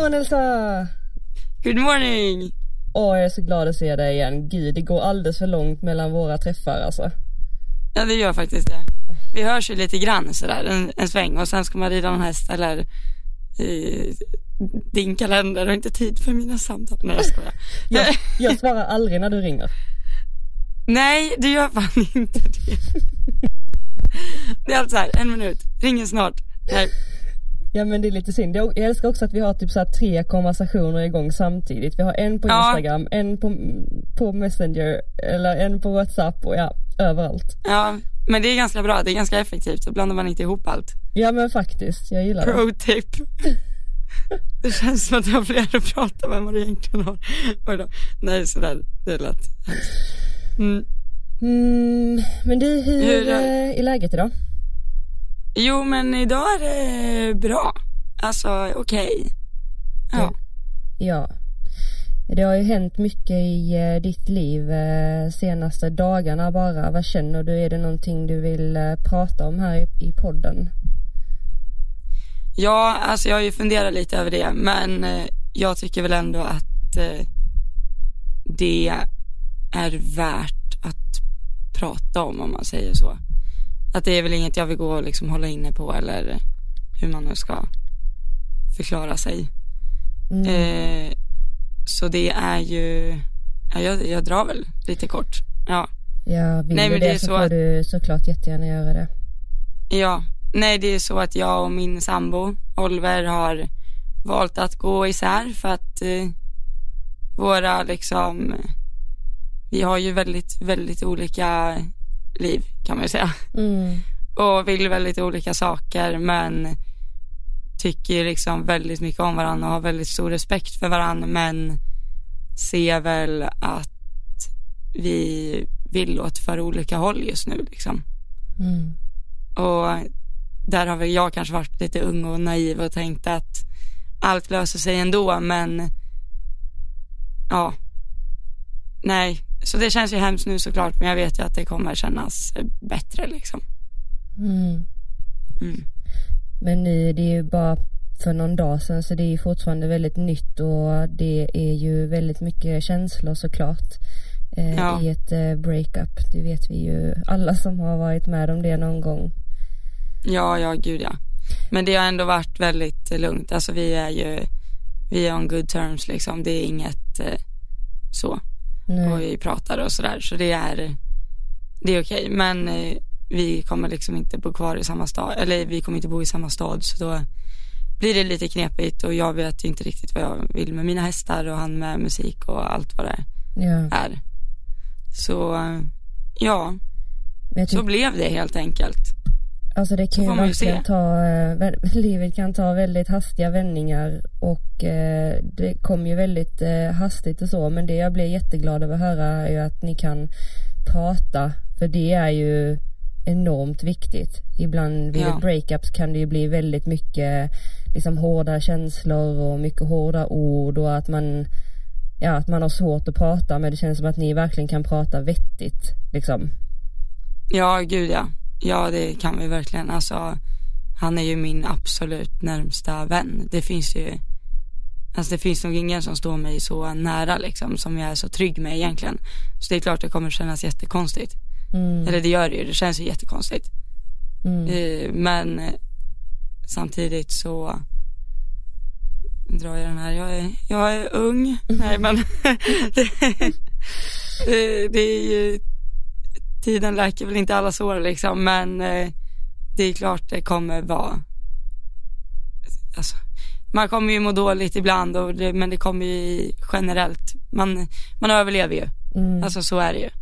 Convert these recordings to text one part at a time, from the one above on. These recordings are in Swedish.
morgon, Elsa! Good morning! Jag är så glad att se dig igen. Gud, det går alldeles för långt mellan våra träffar alltså. Ja, det gör faktiskt det. Vi hörs ju lite grann sådär, en sväng. Och sen ska man rida en häst eller din kalender. Och inte tid för mina samtal. Nej, jag skojar. Jag svarar aldrig när du ringer. Nej, du gör fan inte det. Det är alltså här, 1 minut. Ringer snart. Nej. Ja, men det är lite synd. Jag älskar också att vi har typ så här 3 konversationer igång samtidigt. Vi har en på Instagram, en på Messenger eller en på WhatsApp och överallt. Ja, men det är ganska bra. Det är ganska effektivt. Så blandar man inte ihop allt. Ja, men faktiskt. Jag gillar det. Pro-tip. Det känns som att jag har fler att prata med än vad det egentligen har. Nej, sådär. Det är lätt. Men du, hur är läget idag? Jo, men idag är det bra. Alltså, okej. Ja. Ja. Det har ju hänt mycket i ditt liv senaste dagarna bara. Vad känner du? Är det någonting du vill prata om här i podden? Ja, alltså jag har ju funderat lite över det. Men jag tycker väl ändå att det är värt att prata om man säger så. Att det är väl inget jag vill gå och liksom hålla inne på eller hur man nu ska förklara sig. Så det är ju... Jag drar väl lite kort. Ja. Ja, vill nej, men det så får du såklart jättegärna göra det. Ja, nej det är så att jag och min sambo Oliver har valt att gå isär för att våra liksom... Vi har ju väldigt, väldigt olika liv kan man ju säga. Och vill väldigt olika saker men tycker liksom väldigt mycket om varandra och har väldigt stor respekt för varandra, men ser väl att vi vill åt för olika håll just nu liksom. Och där har väl jag kanske varit lite ung och naiv och tänkt att allt löser sig ändå, men ja, nej. Så det känns ju hemskt nu såklart, men jag vet ju att det kommer kännas bättre liksom. Men nu, det är ju bara för någon dag sedan, så det är ju fortfarande väldigt nytt och det är ju väldigt mycket känslor såklart i ett breakup. Det vet vi ju alla som har varit med om det någon gång. Ja, gud ja. Men det har ändå varit väldigt lugnt. Alltså vi är on good terms liksom. Det är inget så. Nej. Och vi pratar och sådär. Så det är okej. Men vi kommer liksom inte bo kvar i samma stad. Eller vi kommer inte bo i samma stad. Så då blir det lite knepigt. Och jag vet inte riktigt vad jag vill med mina hästar. Och han med musik och allt vad det är. Så ja. Så blev det helt enkelt. Alltså det kan ju verkligen livet kan ta väldigt hastiga vändningar och det kom ju väldigt hastigt och så, men det jag blir jätteglad över att höra är ju att ni kan prata, för det är ju enormt viktigt. Ibland vid breakups kan det ju bli väldigt mycket liksom hårda känslor och mycket hårda ord och att man har svårt att prata, men det känns som att ni verkligen kan prata vettigt liksom. Ja, gud ja. Ja, det kan vi verkligen. Alltså, han är ju min absolut närmsta vän. Det finns nog ingen som står mig så nära liksom, som jag är så trygg med egentligen. Så det är klart det kommer kännas jättekonstigt. Eller det gör det ju, det känns ju jättekonstigt. Men samtidigt så drar jag den här, jag är ung. Nej, men det är ju, tiden läker väl inte alla sår liksom, men det är klart det kommer vara, alltså, man kommer ju må dåligt ibland men det kommer ju generellt, man överlever ju. Alltså så är det ju.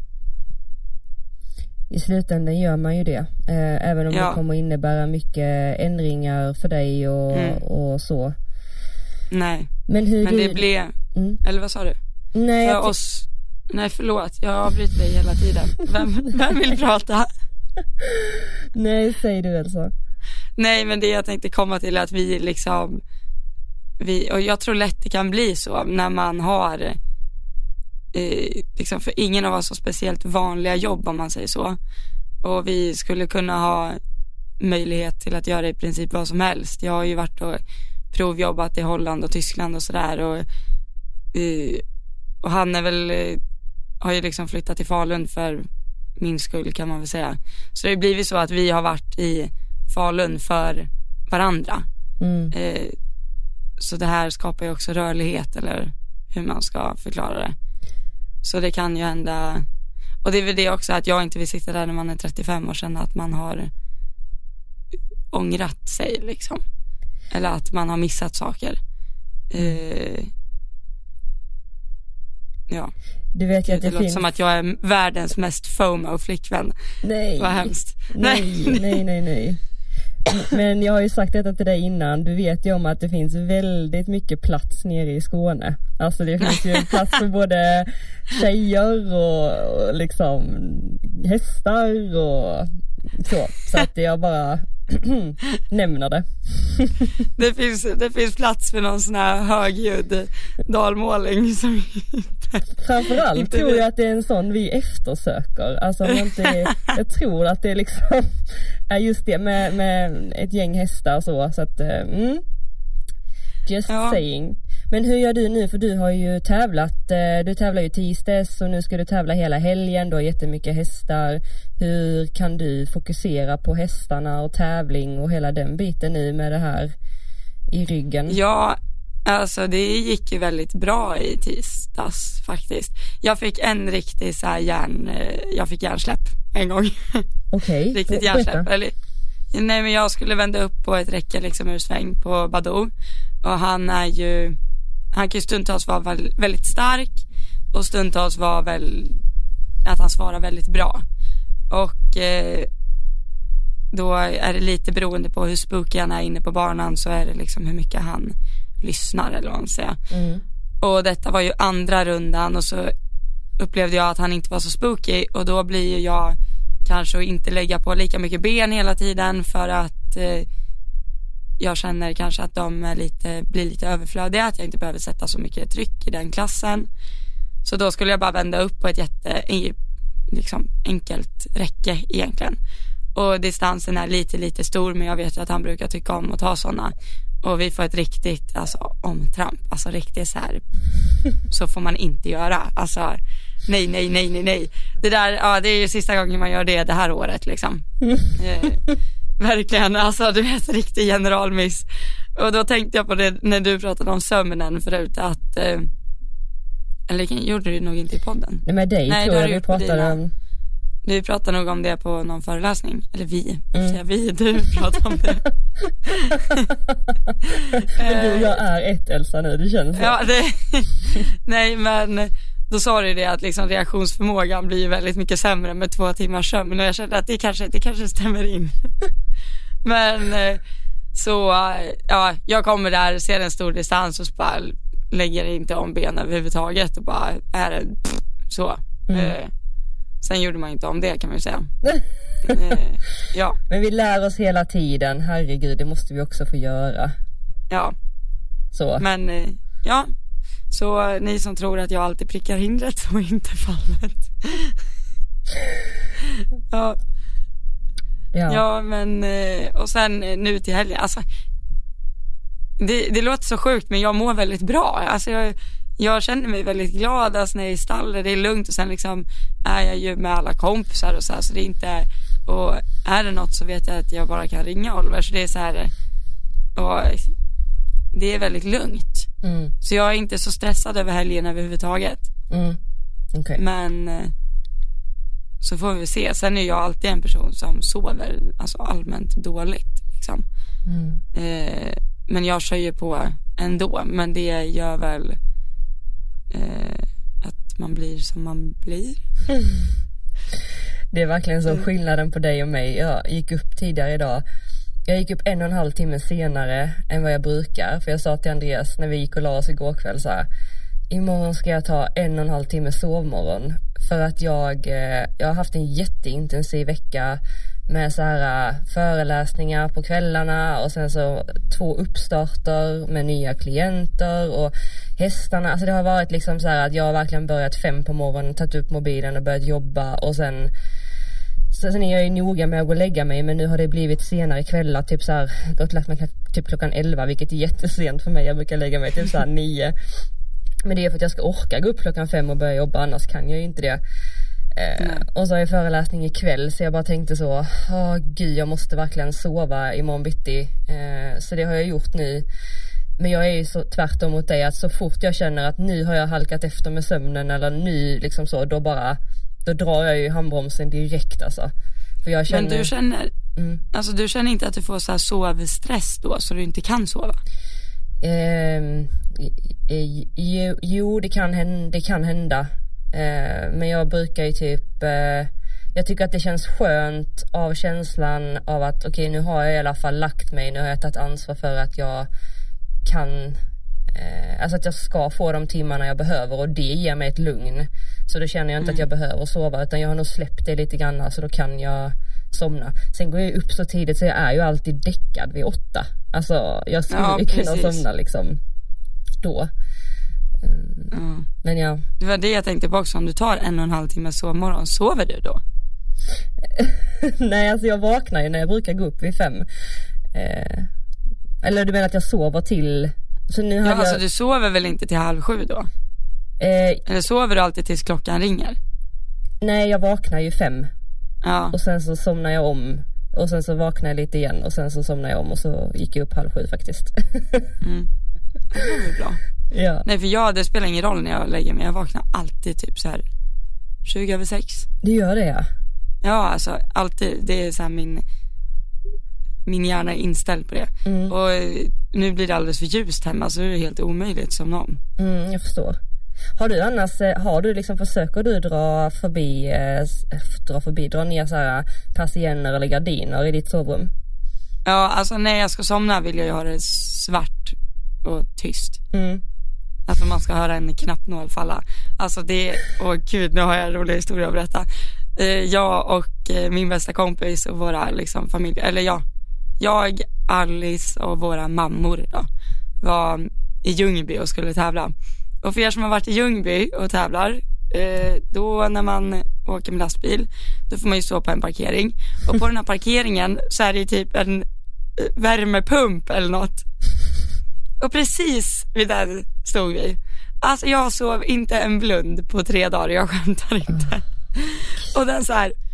I slutändan gör man ju det, även om det kommer innebära mycket ändringar för dig och så. Nej, men det blev eller vad sa du? Nej, för oss. Nej, förlåt. Jag avbryter dig hela tiden. Vem vill prata? Nej, säg du väl så. Nej, men det jag tänkte komma till är att vi liksom... och jag tror lätt det kan bli så när man har... liksom, för ingen av oss har speciellt vanliga jobb, om man säger så. Och vi skulle kunna ha möjlighet till att göra i princip vad som helst. Jag har ju varit och provjobbat i Holland och Tyskland och sådär, och han är väl har ju liksom flyttat till Falun för min skull, kan man väl säga. Så det blir så att vi har varit i Falun för varandra. Så det här skapar ju också rörlighet, eller hur man ska förklara det. Så det kan ju hända. Och det är väl det också, att jag inte vill sitta där när man är 35 år sedan, att man har ångrat sig liksom. Eller att man har missat saker. Ja. Du vet ju att det låter som att jag är världens mest FOMO-flickvän. Nej. Vad hemskt. Nej. Men jag har ju sagt detta till dig innan. Du vet ju om att det finns väldigt mycket plats nere i Skåne. Alltså det finns ju plats för både tjejer och liksom hästar och så. Så att jag bara nämner det. Det finns plats för någon sån här högljudd dalmålning som framförallt inte tror jag att det är en sån vi eftersöker. Alltså jag tror att det liksom är just det med ett gäng hästar och så att just saying. Men hur gör du nu? För du har ju tävlat, du tävlar ju tisdags och nu ska du tävla hela helgen, du har jättemycket hästar. Hur kan du fokusera på hästarna och tävling och hela den biten nu med det här i ryggen? Ja, alltså det gick ju väldigt bra i tisdags faktiskt. Jag fick en riktig så här jag fick hjärnsläpp en gång. Okej. Riktigt hjärnsläpp. Nej, men jag skulle vända upp på ett räcke liksom ur sväng på Badoo. Och han kan ju stundtals vara väldigt stark och stundtals vara att han svarar väldigt bra. Och då är det lite beroende på hur spooky han är inne på banan, så är det liksom hur mycket han lyssnar, eller vad man säger. Och detta var ju andra rundan, och så upplevde jag att han inte var så spooky, och då blir ju jag kanske att inte lägga på lika mycket ben hela tiden, för att jag känner kanske att de blir lite överflödiga, att jag inte behöver sätta så mycket tryck i den klassen. Så då skulle jag bara vända upp på ett liksom enkelt räcke egentligen. Och distansen är lite stor, men jag vet ju att han brukar tycka om att ta sådana. Och vi får ett riktigt omtramp, alltså riktigt så här. Så får man inte göra. Alltså nej. Det där, det är ju sista gången man gör det här året liksom. Verkligen, alltså du vet, riktig generalmiss. Och då tänkte jag på det när du pratade om sömnen förut, att eller gjorde du nog inte i podden? Nej, med dig tror jag vi pratade om. Du pratade nog om det på någon föreläsning. Eller du pratade om det. Men jag är ett Elsa nu, det känns så. Ja, nej, men då sa du det att liksom reaktionsförmågan blir väldigt mycket sämre med 2 timmars sömn, och jag kände att det kanske stämmer in. Men så jag kommer där, ser en stor distans och bara lägger inte om ben överhuvudtaget och bara är det så. Sen gjorde man inte om det, kan man ju säga. Ja. Men vi lär oss hela tiden, herregud, det måste vi också få göra. Ja. Så. Men så ni som tror att jag alltid prickar hindret, så är inte fallet. Ja, men och sen nu till helgen, alltså det låter så sjukt, men jag mår väldigt bra. Alltså jag känner mig väldigt glad när jag är i stallet, det är lugnt, och sen liksom är jag ju med alla kompisar och så här, så det är inte, och är det något så vet jag att jag bara kan ringa Oliver, så det är så här, och det är väldigt lugnt. Så jag är inte så stressad över helgen överhuvudtaget. Okay. Men så får vi se. Sen är jag alltid en person som sover alltså allmänt dåligt liksom. Men jag kör ju på ändå. Men det gör väl att man blir som man blir. Det är verkligen så skillnaden på dig och mig. Jag gick upp tidigare idag. Jag gick upp 1,5 timme senare än vad jag brukar. För jag sa till Andreas när vi gick och la oss igår kväll så här: imorgon ska jag ta 1,5 timme sovmorgon. För att jag har haft en jätteintensiv vecka med så här föreläsningar på kvällarna, och sen så 2 uppstarter med nya klienter och hästarna. Alltså det har varit liksom så här att jag har verkligen börjat 5 på morgonen, tagit upp mobilen och börjat jobba, och sen är jag ju noga med att gå och lägga mig, men nu har det blivit senare kvällar, typ så här, gått och lagt mig typ klockan 11, vilket är jättesent för mig. Jag brukar lägga mig typ så här 9. Men det är för att jag ska orka gå upp klockan 5 och börja jobba, annars kan jag ju inte det. Och så har jag föreläsning ikväll, så jag bara tänkte så, gud, jag måste verkligen sova imorgon bitti. Så det har jag gjort nu. Men jag är ju så tvärtom mot dig, att så fort jag känner att nu har jag halkat efter med sömnen, eller nu liksom så, då drar jag ju handbromsen direkt alltså. För jag känner... Men du känner inte att du får så här sovstress då, så du inte kan sova? Jo, det kan hända. Men jag brukar ju typ jag tycker att det känns skönt av känslan av att okej, nu har jag i alla fall lagt mig, nu har jag tagit ansvar för att jag kan alltså att jag ska få de timmarna jag behöver, och det ger mig ett lugn. Så då känner jag inte att jag behöver sova, utan jag har nog släppt det lite grann, så då kan jag somna. Sen går jag upp så tidigt så jag är ju alltid däckad vid 8. Alltså jag skulle kunna somna liksom då. Men ja. Det var det jag tänkte på också, om du tar 1,5 timme sovmorgon, sover du då? Nej, alltså jag vaknar ju när jag brukar gå upp vid 5. Eller du menar att jag sover till... Så nu har alltså du sover väl inte till 6:30 då? Eller sover du alltid tills klockan ringer? Nej, jag vaknar ju 5. Ja. Och sen så somnar jag om. Och sen så vaknar jag lite igen. Och sen så somnar jag om. Och så gick jag upp 6:30 faktiskt. Det var väl bra. Ja. Nej, för det spelar ingen roll när jag lägger mig. Jag vaknar alltid typ så här 6:20. Du gör det, ja? Ja, alltså alltid. Det är så här min hjärna är inställd på det. Och nu blir det alldeles för ljust hemma, så är det helt omöjligt som någon. Jag förstår. Har du liksom, försöker du dra ner så här persienner eller gardiner i ditt sovrum? Ja, alltså när jag ska somna vill jag ju ha det svart och tyst. Alltså man ska höra en knappnål falla. Alltså gud, nu har jag en rolig historia att berätta. Jag och min bästa kompis och våra liksom familj, eller jag, Alice och våra mammor då, var i Ljungby och skulle tävla. Och för er som har varit i Ljungby och tävlar, då när man åker med lastbil, då får man ju stå på en parkering. Och på den här parkeringen så är det typ en värmepump eller något. Och precis vid där stod vi. Alltså jag sov inte en blund på 3 dagar, jag skämtar inte. Och den så här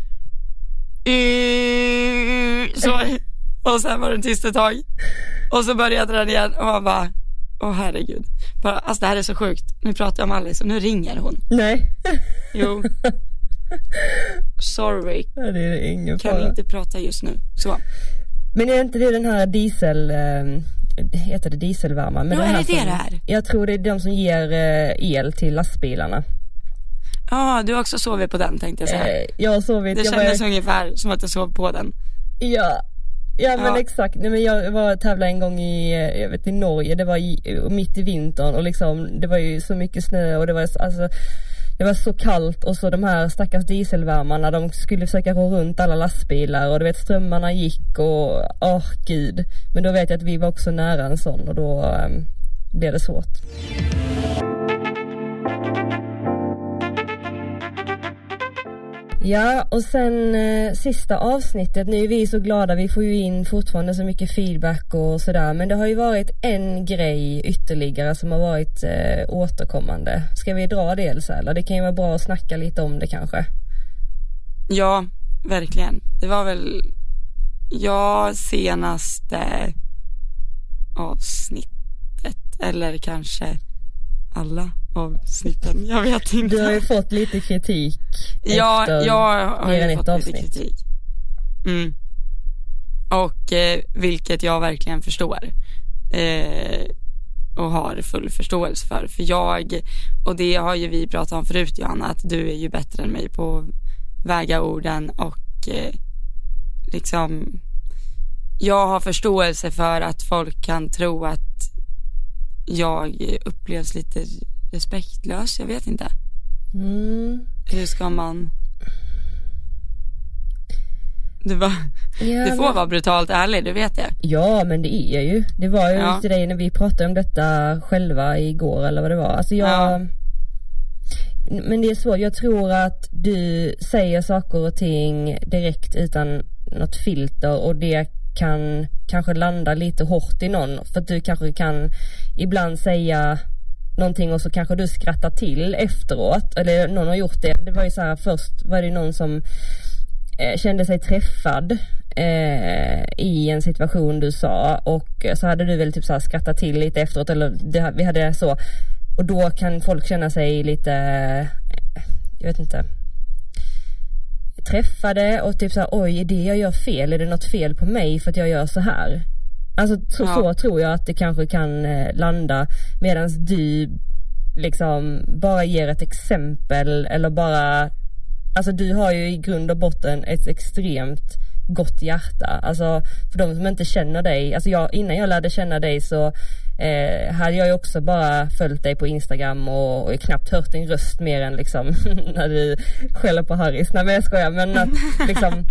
så, och sen var den tyst ett tag. Och så började den igen. Och man bara, herregud. Alltså det här är så sjukt. Nu pratar jag om Alice och nu ringer hon. Nej. Jo. Sorry. Ja, det är ingen fara. Kan inte prata just nu. Så. Men är inte det den här heter det dieselvärma? Men ja, är det här? Jag tror det är de som ger el till lastbilarna. Ja, du har också sovit på den, tänkte jag säga. Jag har sovit. Det kändes ungefär som att du sov på den. Ja, men exakt. Nej, men jag var tävlade en gång i Norge. Det var mitt i vintern och liksom det var ju så mycket snö och det var så kallt, och så de här stackars dieselvärmarna, de skulle försöka rå runt alla lastbilar och du vet strömmarna gick och gud. Men då vet jag att vi var också nära en sån, och då blev det svårt. Ja, och sen sista avsnittet, nu är vi så glada, vi får ju in fortfarande så mycket feedback och sådär, men det har ju varit en grej ytterligare som har varit återkommande. Ska vi dra det, Elsa, eller? Det kan ju vara bra att snacka lite om det kanske. Ja, verkligen. Det var väl senaste avsnittet, eller kanske alla avsnitten, jag vet inte. Du har ju fått lite kritik. Ja, jag har ju fått lite kritik. Och vilket jag verkligen förstår. Och har full förståelse för. För och det har ju vi pratat om förut, Johanna, att du är ju bättre än mig på väga orden, och liksom jag har förståelse för att folk kan tro att jag upplevs lite respektlös, jag vet inte. Hur ska man... Du får vara brutalt ärlig, du vet det. Ja, men det är ju. Det var ju till dig när vi pratade om detta själva igår, eller vad det var. Alltså men det är så, jag tror att du säger saker och ting direkt utan något filter, och det kan kanske landa lite hårt i någon, för att du kanske kan ibland säga någonting och så kanske du skrattar till efteråt, eller någon har gjort det. Det var ju så här, först var det någon som kände sig träffad i en situation du sa, och så hade du väl typ så här skrattat till lite efteråt, eller vi hade så, och då kan folk känna sig lite, jag vet inte, träffade och typ så här, oj, är det jag gör fel? Är det något fel på mig för att jag gör så här? Alltså så tror jag att det kanske kan landa, medans du liksom bara ger ett exempel, eller bara, alltså du har ju i grund och botten ett extremt gott hjärta. Alltså för de som inte känner dig, alltså innan jag lärde känna dig så hade jag ju också bara följt dig på Instagram och knappt hört din röst mer än liksom när du skäller på Harris. Nej men jag skojar, men att liksom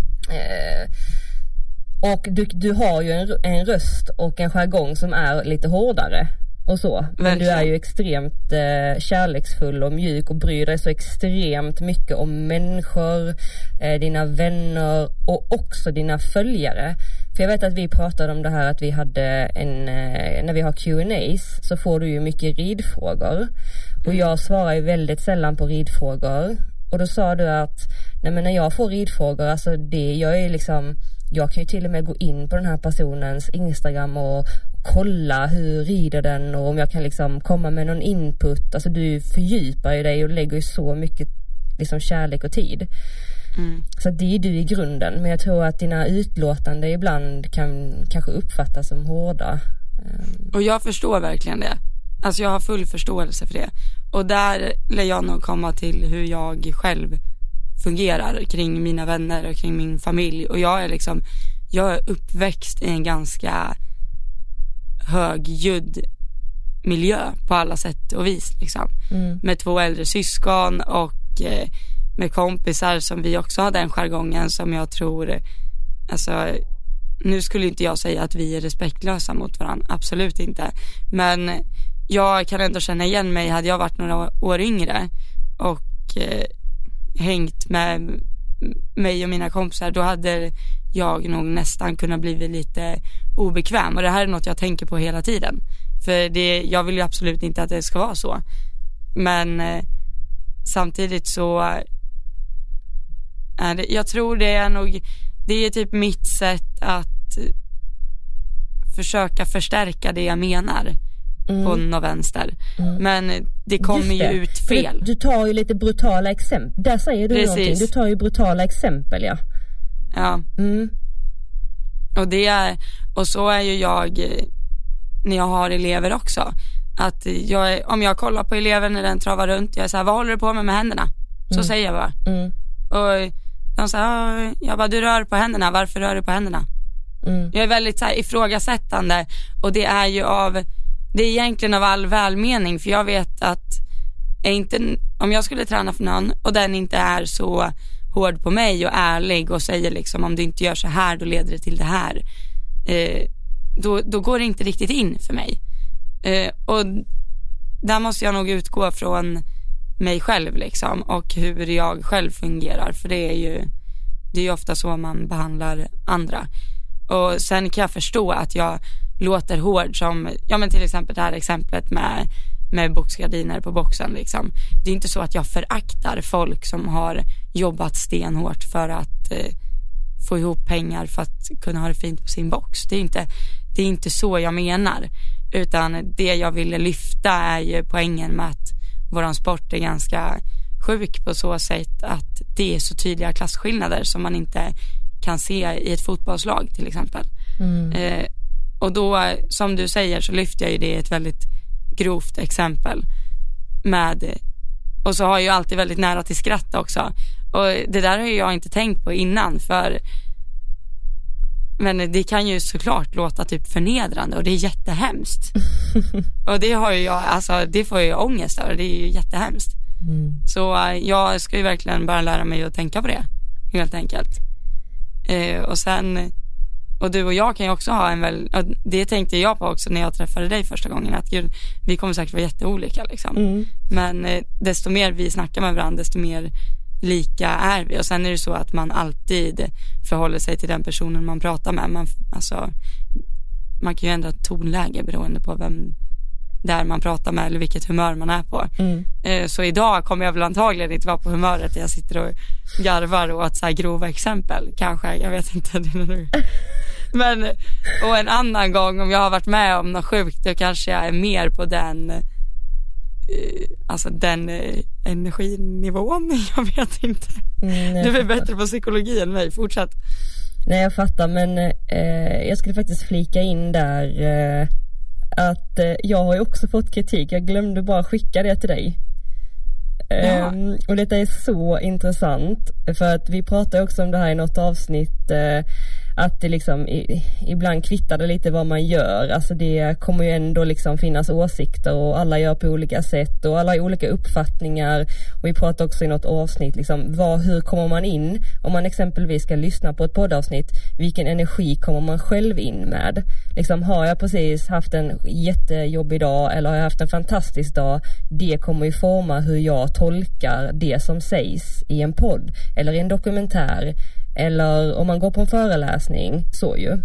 och du har ju en röst och en jargong som är lite hårdare och så. Men du är ju extremt kärleksfull och mjuk och bryr dig så extremt mycket om människor, dina vänner och också dina följare. För jag vet att vi pratade om det här att vi hade när vi har Q&As så får du ju mycket ridfrågor. Och jag svarar ju väldigt sällan på ridfrågor. Och då sa du att nej, men när jag får ridfrågor, alltså jag kan ju till och med gå in på den här personens Instagram och kolla hur rider den, och om jag kan liksom komma med någon input. Alltså du fördjupar ju dig och lägger ju så mycket liksom kärlek och tid. Så det är du i grunden, men jag tror att dina utlåtande ibland kan kanske uppfattas som hårda. Och jag förstår verkligen det. Alltså jag har full förståelse för det. Och där lär jag nog komma till hur jag själv fungerar kring mina vänner och kring min familj. Och jag är uppväxt i en ganska högljudd miljö på alla sätt och vis liksom. Med 2 äldre syskon och med kompisar som vi också har den jargongen som jag tror, alltså nu skulle inte jag säga att vi är respektlösa mot varandra, absolut inte, men jag kan ändå känna igen mig. Hade jag varit några år yngre och hängt med mig och mina kompisar, då hade jag nog nästan kunnat bli lite obekväm. Och det här är något jag tänker på hela tiden, för jag vill ju absolut inte att det ska vara så, men samtidigt så är det, jag tror det är typ mitt sätt att försöka förstärka det jag menar på något vänster. Men det kommer ju ut fel. Du tar ju lite brutala exempel. Där säger du någonting. Du tar ju brutala exempel, ja. Ja. Och så är ju jag när jag har elever också. Att om jag kollar på eleven när den travar runt, jag är så här, vad håller du på med händerna? Så säger jag bara. Och de säger, jag bara, du rör på händerna. Varför rör du på händerna? Jag är väldigt så här ifrågasättande, och det är egentligen av all välmening, för jag vet att om jag skulle träna för någon och den inte är så hård på mig och ärlig och säger liksom, om du inte gör så här då leder det till det här, då går det inte riktigt in för mig. Och där måste jag nog utgå från mig själv liksom, och hur jag själv fungerar, för det är ju ofta så man behandlar andra. Och sen kan jag förstå att jag låter hård, som men till exempel det här exemplet med boxgardiner på boxen liksom. Det är inte så att jag föraktar folk som har jobbat stenhårt för att få ihop pengar för att kunna ha det fint på sin box. Det är inte så jag menar, utan det jag ville lyfta är ju poängen med att våran sport är ganska sjuk på så sätt att det är så tydliga klasskillnader som man inte kan se i ett fotbollslag till exempel. Och då, som du säger, så lyfter jag ju det ett väldigt grovt exempel och så har jag ju alltid väldigt nära till skratt också, och det där har jag inte tänkt på innan, men det kan ju såklart låta typ förnedrande, och det är jättehemskt. Och det har ju jag, alltså det får jag ångest över, det är ju jättehemskt. Så jag ska ju verkligen bara lära mig att tänka på det, helt enkelt. Och sen, och du och jag kan ju också ha det tänkte jag på också när jag träffade dig första gången, att gud, vi kommer säkert vara jätteolika liksom. Men desto mer vi snackar med varandra, desto mer lika är vi. Och sen är det så att man alltid förhåller sig till den personen man pratar med. Man kan ju ändra tonläge beroende på vem där man pratar med eller vilket humör man är på. Så idag kommer jag väl antagligen inte vara på humöret. Jag sitter och garvar åt så här grova exempel. Kanske, jag vet inte. Men, och en annan gång om jag har varit med om något sjukt, då kanske jag är mer på den den energinivån. Jag vet inte. Du är bättre på psykologi än mig. Fortsätt. Nej, jag fattar, men jag skulle faktiskt flika in där att jag har ju också fått kritik. Jag glömde bara skicka det till dig. Och detta är så intressant, för att vi pratade också om det här i något avsnitt, att det liksom ibland kvittar det lite vad man gör. Alltså det kommer ju ändå liksom finnas åsikter och alla gör på olika sätt och alla har olika uppfattningar. Och vi pratade också i något avsnitt liksom, hur kommer man in om man exempelvis ska lyssna på ett poddavsnitt, vilken energi kommer man själv in med? Liksom, har jag precis haft en jättejobbig dag eller har jag haft en fantastisk dag, det kommer ju forma hur jag tolkar det som sägs i en podd eller i en dokumentär. Eller om man går på en föreläsning, så ju.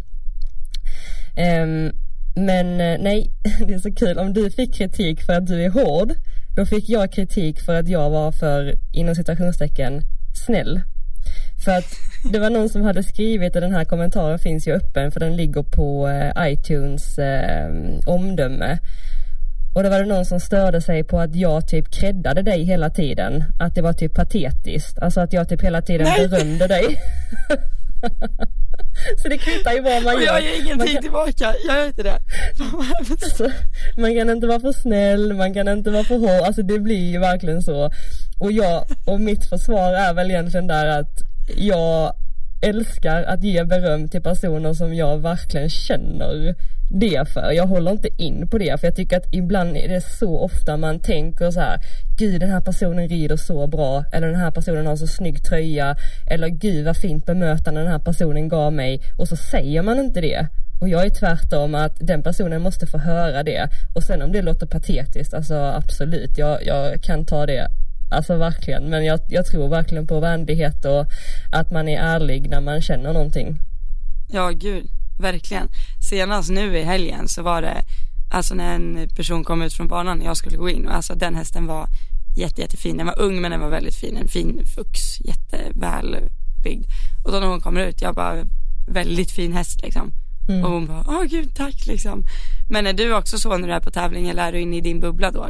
Men nej, det är så kul. Om du fick kritik för att du är hård, då fick jag kritik för att jag var för, inom citationstecken, snäll. För att det var någon som hade skrivit, och den här kommentaren finns ju öppen för den ligger på iTunes omdöme. Och då var det någon som störde sig på att jag typ kreddade dig hela tiden. Att det var typ patetiskt. Alltså att jag typ hela tiden berömde dig. Så det kvittar ju vad man gör. Jag gör ingenting tillbaka. Jag gör inte det. Alltså, man kan inte vara för snäll. Man kan inte vara för hård. Alltså det blir ju verkligen så. Och mitt försvar är väl egentligen där att jag älskar att ge beröm till personer som jag verkligen känner det för. Jag håller inte in på det, för jag tycker att ibland är det så ofta man tänker så här: gud, den här personen rider så bra, eller den här personen har så snygg tröja, eller gud vad fint bemötande den här personen gav mig, och så säger man inte det. Och jag är tvärtom, att den personen måste få höra det. Och sen om det låter patetiskt, alltså absolut, jag kan ta det. Alltså verkligen, men jag tror verkligen på vänlighet och att man är ärlig när man känner någonting. Ja, gud, verkligen. Senast nu i helgen så var det, alltså när en person kom ut från banan när jag skulle gå in, och alltså den hästen var jättefin. Den var ung men den var väldigt fin, en fin fux, jättevälbyggd. Och då när hon kommer ut, jag bara, väldigt fin häst liksom. Och hon bara, åh gud, tack liksom. Men är du också så när du är på tävling, eller är du inne i din bubbla då?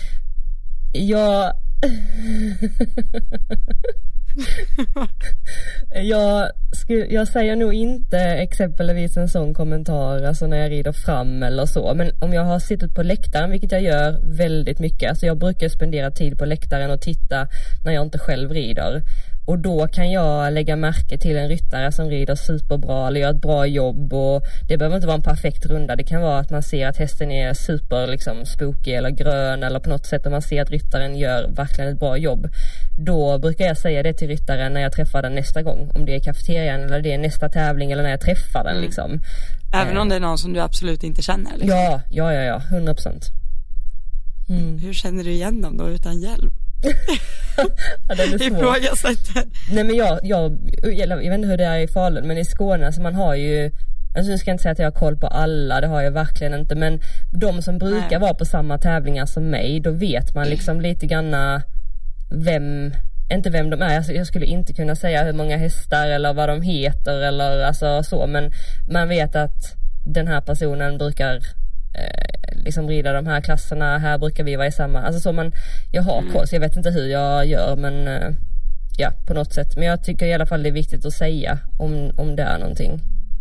Jag säger nog inte exempelvis en sån kommentar alltså när jag rider fram eller så, men om jag har suttit på läktaren, vilket jag gör väldigt mycket, alltså jag brukar spendera tid på läktaren och titta när jag inte själv rider, och då kan jag lägga märke till en ryttare som rider superbra eller gör ett bra jobb, och det behöver inte vara en perfekt runda, det kan vara att man ser att hästen är super liksom spooky eller grön eller på något sätt, och man ser att ryttaren gör verkligen ett bra jobb. Då brukar jag säga det till ryttaren när jag träffar den nästa gång, om det är i kafeterian eller det är nästa tävling eller när jag träffar den liksom. Även om det är någon som du absolut inte känner liksom. Ja, 100%. Hur känner du igen dem då utan hjälp? Ja, det är ifrågasätter. Nej, men jag vet inte hur det är i Falun, men i Skåne så man har ju, alltså jag ska inte säga att jag har koll på alla, det har jag verkligen inte, men de som brukar vara på samma tävlingar som mig, då vet man liksom lite granna inte vem de är. Alltså, jag skulle inte kunna säga hur många hästar eller vad de heter eller alltså så, men man vet att den här personen brukar liksom rida de här klasserna, här brukar vi vara i samma, alltså så jag har koll, så jag vet inte hur jag gör, men ja, på något sätt, men jag tycker i alla fall det är viktigt att säga om det är någonting.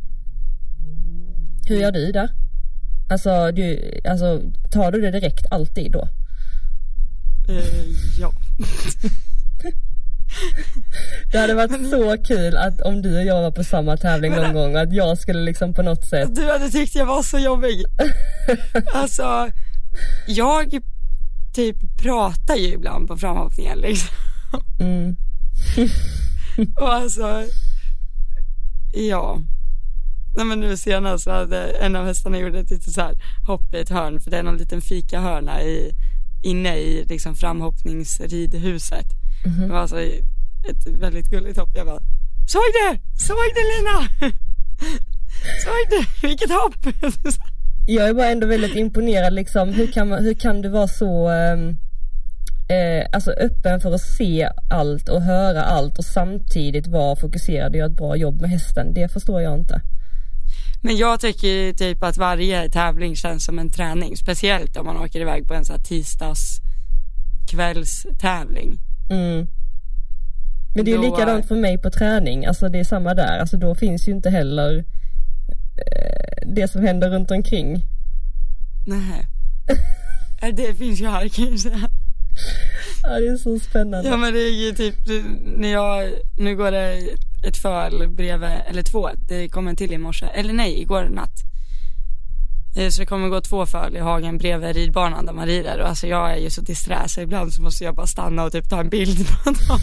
Hur gör du där? Alltså tar du det direkt alltid då? Ja. Det hade varit så kul att om du och jag var på samma tävling någon gång, att jag skulle liksom på något sätt. Du hade tyckt jag var så jobbig. Alltså, jag typ pratar ju ibland på framhoppningen liksom. Och alltså, ja. Nej, men nu senast så hade en av hästarna gjort ett lite så här hopp i ett hörn, för det är någon liten fikahörna inne i liksom framhoppningsridhuset. Och alltså, ett väldigt gulligt hopp. Jag bara, såg det Lina? Såg det, vilket hopp. Jag är bara ändå väldigt imponerad liksom. Hur kan du vara så alltså öppen för att se allt och höra allt och samtidigt vara fokuserad och göra ett bra jobb med hästen? Det förstår jag inte. Men jag tycker typ att varje tävling känns som en träning. Speciellt om man åker iväg på en sån här tisdagskvällstävling. Men det är ju likadant för mig på träning. Alltså det är samma där. Alltså då finns ju inte heller det som händer runt omkring. Nej. Det finns ju här, kan jag säga. Ja, det är så spännande. Ja, men det är ju typ nu går det ett föl bredvid, eller 2. Det kommer en till i morse. Eller nej, igår natt. Så det kommer gå 2 föl i hagen bredvid ridbanan där man rider. Och alltså jag är ju så disträ, så ibland så måste jag bara stanna och typ ta en bild på dem.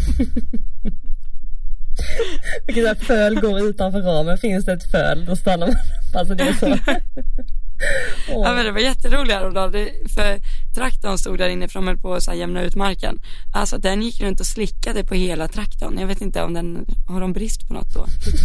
Vilket där föl går utanför ramen. Finns det ett föl, då stannar man. Alltså det är så. Ja, men det var jätteroligt då. För traktorn stod där inne framme på att jämna ut marken. Alltså den gick runt och slickade på hela traktorn. Jag vet inte om har de brist på något då.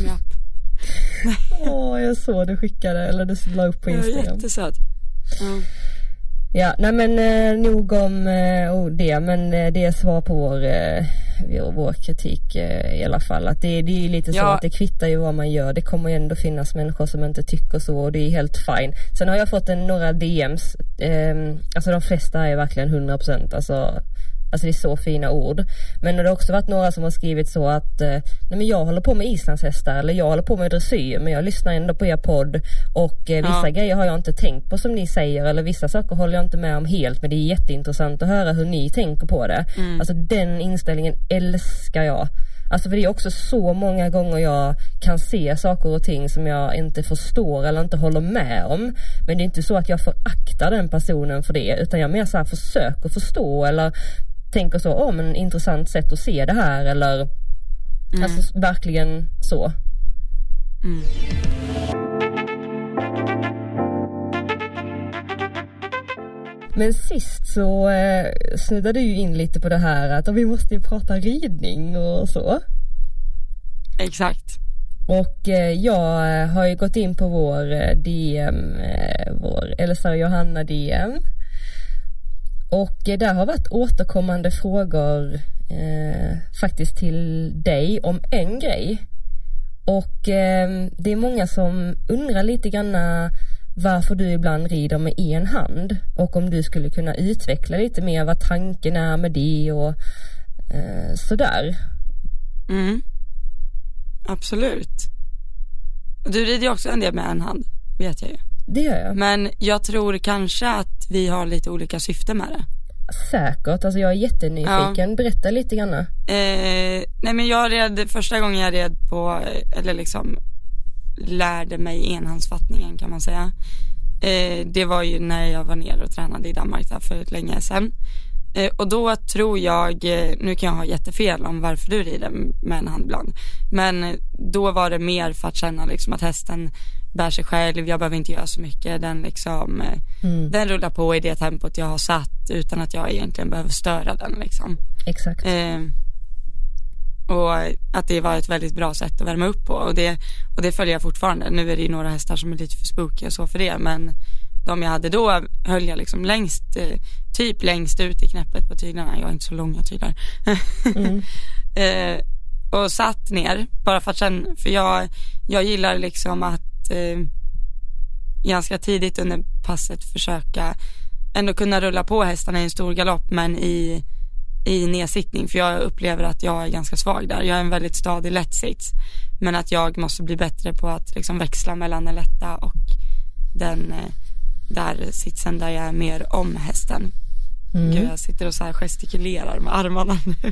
Jag såg du skickade, eller du la upp på Instagram. Det var jättesöt. Ja, nej men nog om det, men det är svar på vår kritik i alla fall. Att det är lite så att det kvittar ju vad man gör. Det kommer ju ändå finnas människor som inte tycker så, och det är helt fine. Sen har jag fått några DMs, alltså de flesta är verkligen 100%, alltså det är så fina ord. Men det har också varit några som har skrivit så att nej men jag håller på med islandshästar, eller jag håller på med dressyr, men jag lyssnar ändå på er podd, och vissa grejer har jag inte tänkt på som ni säger, eller vissa saker håller jag inte med om helt, men det är jätteintressant att höra hur ni tänker på det. Alltså den inställningen älskar jag. Alltså för det är också så många gånger jag kan se saker och ting som jag inte förstår eller inte håller med om. Men det är inte så att jag föraktar den personen för det, utan jag mer så här försöker förstå, eller tänker så, men intressant sätt att se det här, eller alltså verkligen så. Men sist så snuddade du ju in lite på det här att vi måste ju prata ridning och så. Exakt. Och jag har ju gått in på vår DM, vår Elsa och Johanna DM. Och där har varit återkommande frågor faktiskt till dig om en grej. Och det är många som undrar lite grann varför du ibland rider med en hand. Och om du skulle kunna utveckla lite mer vad tanken är med det och sådär. Absolut. Du rider ju också en del med en hand, vet jag ju. Det gör jag. Men jag tror kanske att vi har lite olika syfte med det. Säkert, alltså jag är jättenyfiken. Ja. Berätta lite grann. Nej, men jag red första gången jag red på, eller liksom lärde mig enhandsfattningen, kan man säga. Det var ju när jag var nere och tränade i Danmark där för länge sedan. Och då tror jag, nu kan jag ha jättefel om varför du rider med en hand ibland, men då var det mer för att känna liksom att hästen bär sig själv, jag behöver inte göra så mycket, den liksom den rullar på i det tempot jag har satt utan att jag egentligen behöver störa den liksom. Exakt. Och att det var ett väldigt bra sätt att värma upp på, och det följer jag fortfarande. Nu är det ju några hästar som är lite för spooky och så för det, men de jag hade då höll jag liksom längst ut i knäppet på tyglarna. Jag har inte så långa tyglar. Och satt ner bara för att känna, för jag gillar liksom att ganska tidigt under passet försöka ändå kunna rulla på hästarna i en stor galopp, men i nedsittning, för jag upplever att jag är ganska svag där. Jag är en väldigt stadig lättsits, men att jag måste bli bättre på att liksom växla mellan den lätta och den där sitsen där jag är mer om hästen. Gud, jag sitter och så här gestikulerar med armarna nu.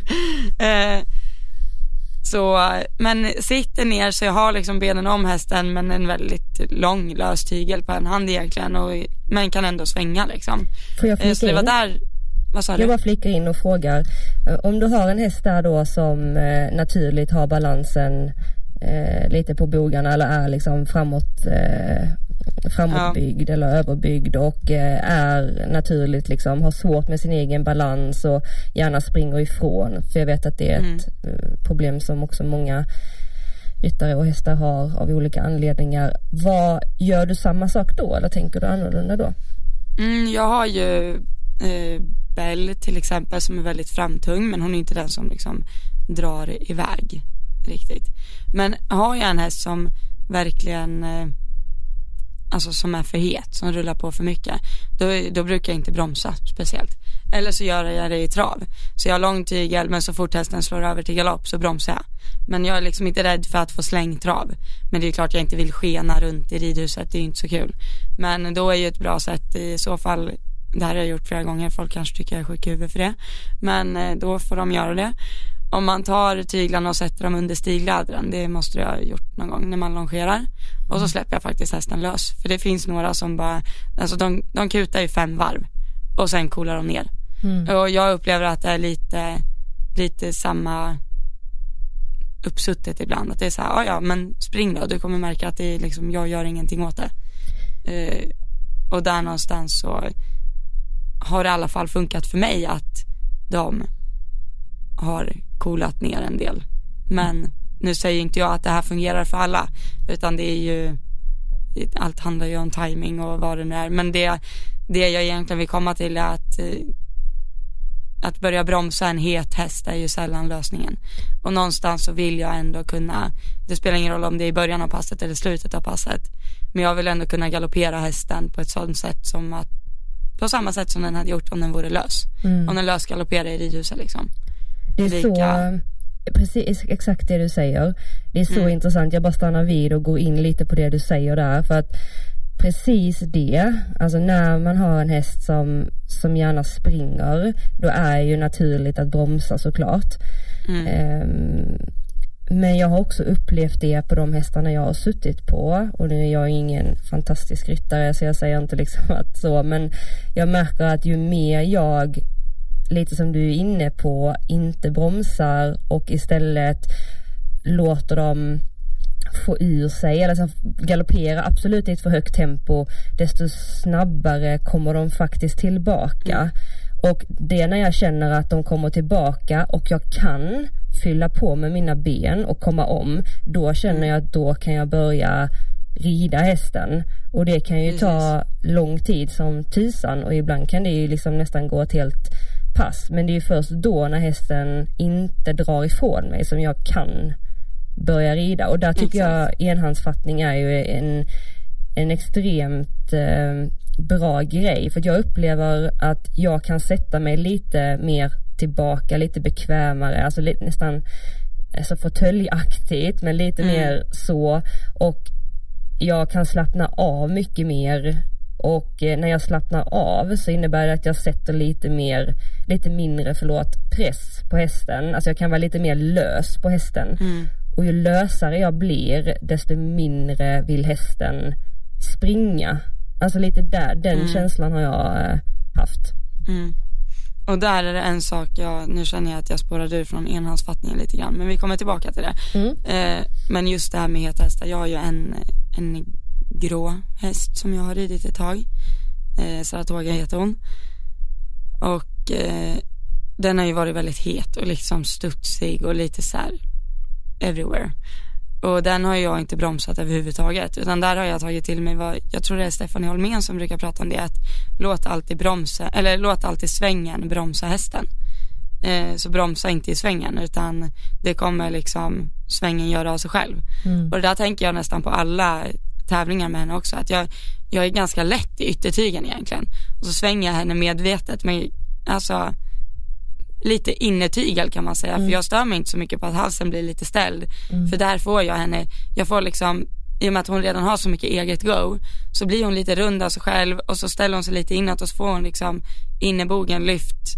Så, men sitter ner så jag har liksom benen om hästen, men en väldigt lång lös tygel på en hand egentligen, men kan ändå svänga liksom. Får jag flika så det var där. Vad sa du? Jag bara flickar in och frågar, om du har en häst där då som naturligt har balansen lite på bogarna, eller är liksom framåt framåtbyggd eller överbyggd och är naturligt liksom, har svårt med sin egen balans och gärna springer ifrån, för jag vet att det är ett problem som också många ryttare och hästar har av olika anledningar. Gör du samma sak då eller tänker du annorlunda då? Jag har ju Bell till exempel som är väldigt framtung, men hon är inte den som liksom drar iväg riktigt. Men har jag en häst som verkligen alltså som är för het, som rullar på för mycket, då brukar jag inte bromsa speciellt. Eller så gör jag det i trav. Så jag har lång tygel, men så fort hästen slår över till galopp så bromsar jag. Men jag är liksom inte rädd för att få slängtrav. Men det är klart jag inte vill skena runt i ridhuset, det är inte så kul. Men då är ju ett bra sätt i så fall, det här har jag gjort flera gånger, folk kanske tycker jag är sjuk i huvudet för det. Men då får de göra det. Om man tar tyglarna och sätter dem under stiglädren, det måste jag ha gjort någon gång när man longerar. Och så släpper jag faktiskt hästen lös. För det finns några som bara, alltså de kutar i 5 varv och sen coolar de ner. Och jag upplever att det är lite samma uppsuttet ibland. Att det är så här, ja men spring då, du kommer märka att det är liksom, jag gör ingenting åt det. Och där någonstans så har det i alla fall funkat för mig att de har coolat ner en del. Men nu säger inte jag att det här fungerar för alla, utan det är ju, allt handlar ju om timing och vad det nu är. Men det jag egentligen vill komma till är att börja bromsa en het häst är ju sällan lösningen. Och någonstans så vill jag ändå kunna, det spelar ingen roll om det är i början av passet eller slutet av passet, men jag vill ändå kunna galoppera hästen på ett sådant sätt som att, på samma sätt som den hade gjort om den vore lös. Om den lös galopperar i ridhuset liksom. Det är så, precis exakt det du säger. Det är så intressant, jag bara stannar vid och går in lite på det du säger där, för att precis det, alltså när man har en häst som gärna springer, då är ju naturligt att bromsa såklart. Men jag har också upplevt det på de hästarna jag har suttit på, och nu är jag ingen fantastisk ryttare så jag säger inte liksom att så, men jag märker att ju mer jag, lite som du är inne på, inte bromsar och istället låter dem få ur sig eller så galoppera absolut i ett för högt tempo, desto snabbare kommer de faktiskt tillbaka. Och det är när jag känner att de kommer tillbaka och jag kan fylla på med mina ben och komma om, då känner jag att då kan jag börja rida hästen, och det kan ju ta lång tid som tusan, och ibland kan det ju liksom nästan gå ett helt pass, men det är ju först då när hästen inte drar ifrån mig som jag kan börja rida. Och där tycker jag enhandsfattning är ju en extremt bra grej, för jag upplever att jag kan sätta mig lite mer tillbaka, lite bekvämare, alltså nästan alltså fåtöljaktigt, men lite mer så, och jag kan slappna av mycket mer, och när jag slappnar av så innebär det att jag sätter lite mindre press på hästen, alltså jag kan vara lite mer lös på hästen. Och ju lösare jag blir, desto mindre vill hästen springa. Alltså lite där, den känslan har jag haft. Och där är det en sak, nu känner jag att jag spårade ur från enhandsfattningen lite grann, men vi kommer tillbaka till det. Men just det här med heta hästar, jag har ju en grå häst som jag har ridit ett tag. Saratoga heter hon. Och den har ju varit väldigt het och liksom studsig och lite så här everywhere. Och den har jag inte bromsat överhuvudtaget, utan där har jag tagit till mig jag tror det är Stefanie Holmén som brukar prata om det, att låt alltid svängen bromsa hästen. Så bromsa inte i svängen, utan det kommer liksom svängen göra av sig själv. Och det där tänker jag nästan på alla tävlingar med henne också, att jag är ganska lätt i yttertygen egentligen, och så svänger jag henne medvetet, men alltså lite innertygel kan man säga, för jag stör mig inte så mycket på att halsen blir lite ställd, för där får jag får liksom, i och med att hon redan har så mycket eget go, så blir hon lite rund av sig själv, och så ställer hon sig lite inåt, och så får hon liksom innerbogen lyft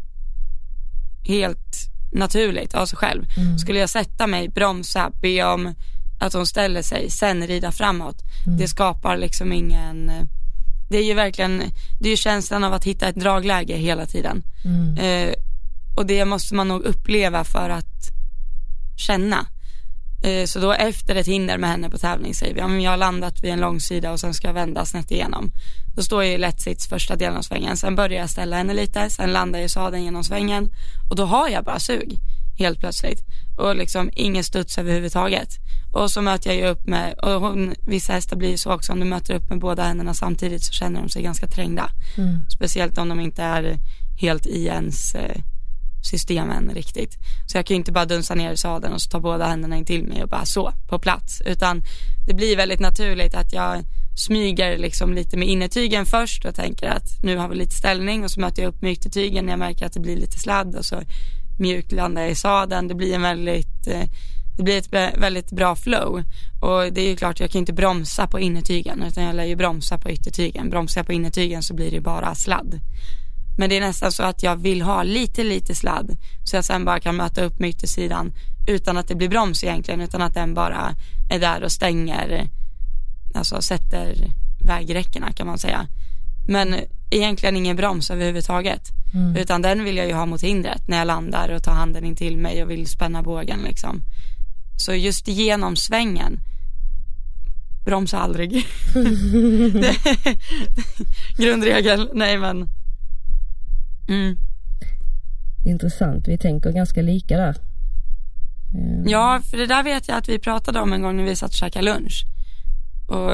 helt naturligt av sig själv. Skulle jag sätta mig, bromsa, be om att hon ställer sig, sen rida framåt, det skapar liksom ingen, det är ju verkligen, det är ju känslan av att hitta ett dragläge hela tiden. Och det måste man nog uppleva för att känna. Så då efter ett hinder med henne på tävling säger vi, om jag har landat vid en långsida och sen ska jag vända snett igenom. Då står jag i lätt sits första delen av svängen. Sen börjar jag ställa henne lite. Sen landar jag i sadeln genom svängen. Och då har jag bara sug. Helt plötsligt. Och liksom ingen studs överhuvudtaget. Och så möter jag ju upp med, och vissa hästar blir så också, om du möter upp med båda händerna samtidigt så känner de sig ganska trängda. Speciellt om de inte är helt i ens systemen riktigt. Så jag kan ju inte bara dunsa ner i sadeln och så ta båda händerna in till mig och bara så på plats, utan det blir väldigt naturligt att jag smyger liksom lite med innertygen först och tänker att nu har vi lite ställning, och så möter jag upp med yttertygen när jag märker att det blir lite sladd, och så mjukt landar jag i sadeln. Det blir ett väldigt bra flow, och det är ju klart jag kan inte bromsa på innertygen, utan jag lär ju bromsa på yttertygen. Bromsar jag på innertygen så blir det bara sladd. Men det är nästan så att jag vill ha lite sladd, så jag sen bara kan möta upp med yttersidan utan att det blir broms egentligen, utan att den bara är där och stänger, alltså sätter vägräckena kan man säga. Men egentligen ingen broms överhuvudtaget, utan den vill jag ju ha mot hindret när jag landar och tar handen in till mig och vill spänna bågen liksom. Så just genom svängen, bromsa aldrig. Grundregel, nej men Intressant, vi tänker ganska lika där. Ja, för det där vet jag att vi pratade om en gång när vi satt och käkade lunch. Och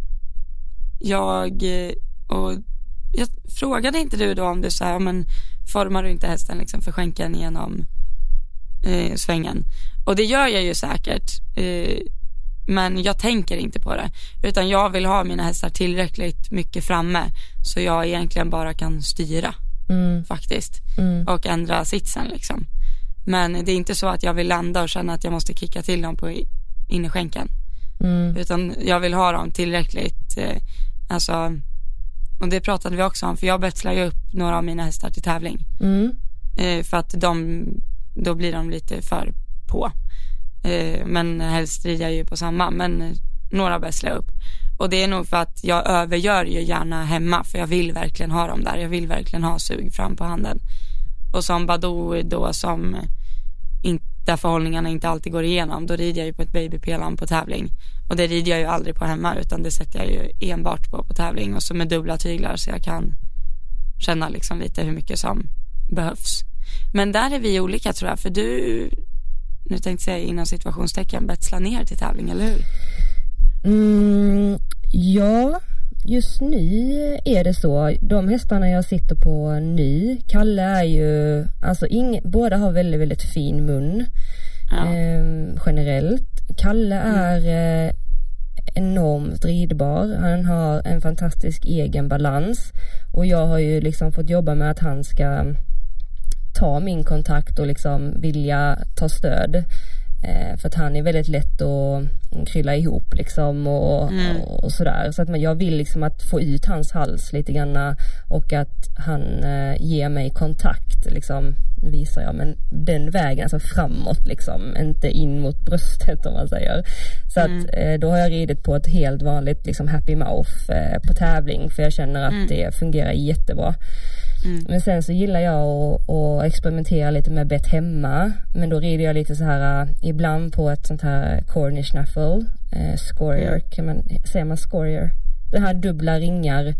jag frågade inte du då om du så här, men formar du inte hästen liksom för skänken genom svängen? Och det gör jag ju säkert, men jag tänker inte på det, utan jag vill ha mina hästar tillräckligt mycket framme så jag egentligen bara kan styra faktiskt och ändra sitsen liksom. Men det är inte så att jag vill landa och känna att jag måste kicka till dem på innerskänken, utan jag vill ha dem tillräckligt alltså, och det pratade vi också om, för jag betslar ju upp några av mina hästar till tävling för att då blir de lite för på, men helst rider jag ju på samma, men några betslar jag upp. Och det är nog för att jag övergör ju gärna hemma, för jag vill verkligen ha dem där. Jag vill verkligen ha sug fram på handen. Och som Badou då, som där förhållningarna inte alltid går igenom, då rider jag ju på ett babypelan på tävling. Och det rider jag ju aldrig på hemma, utan det sätter jag ju enbart på tävling. Och så med dubbla tyglar, så jag kan känna liksom lite hur mycket som behövs. Men där är vi olika tror jag, för du, nu tänkte säga inom situationstecken, betsla ner till tävling, eller hur? Ja, just nu är det så. De hästarna jag sitter på nu, Kalle är ju, alltså båda har väldigt, väldigt fin mun generellt. Kalle är enormt ridbar. Han har en fantastisk egen balans, och jag har ju liksom fått jobba med att han ska ta min kontakt och liksom vilja ta stöd. För att han är väldigt lätt att krylla ihop liksom och sådär. Så att jag vill liksom att få ut hans hals lite grann, och att han ger mig kontakt liksom, visar jag, men den vägen, alltså framåt liksom, inte in mot bröstet om man säger. Så att då har jag ridit på ett helt vanligt liksom happy mouth på tävling, för jag känner att det fungerar jättebra. Men sen så gillar jag att experimentera lite med bett hemma, men då rider jag lite så här ibland på ett sånt här Cornish Snaffle, Scorier, säger man Scorier? Det här dubbla ringar.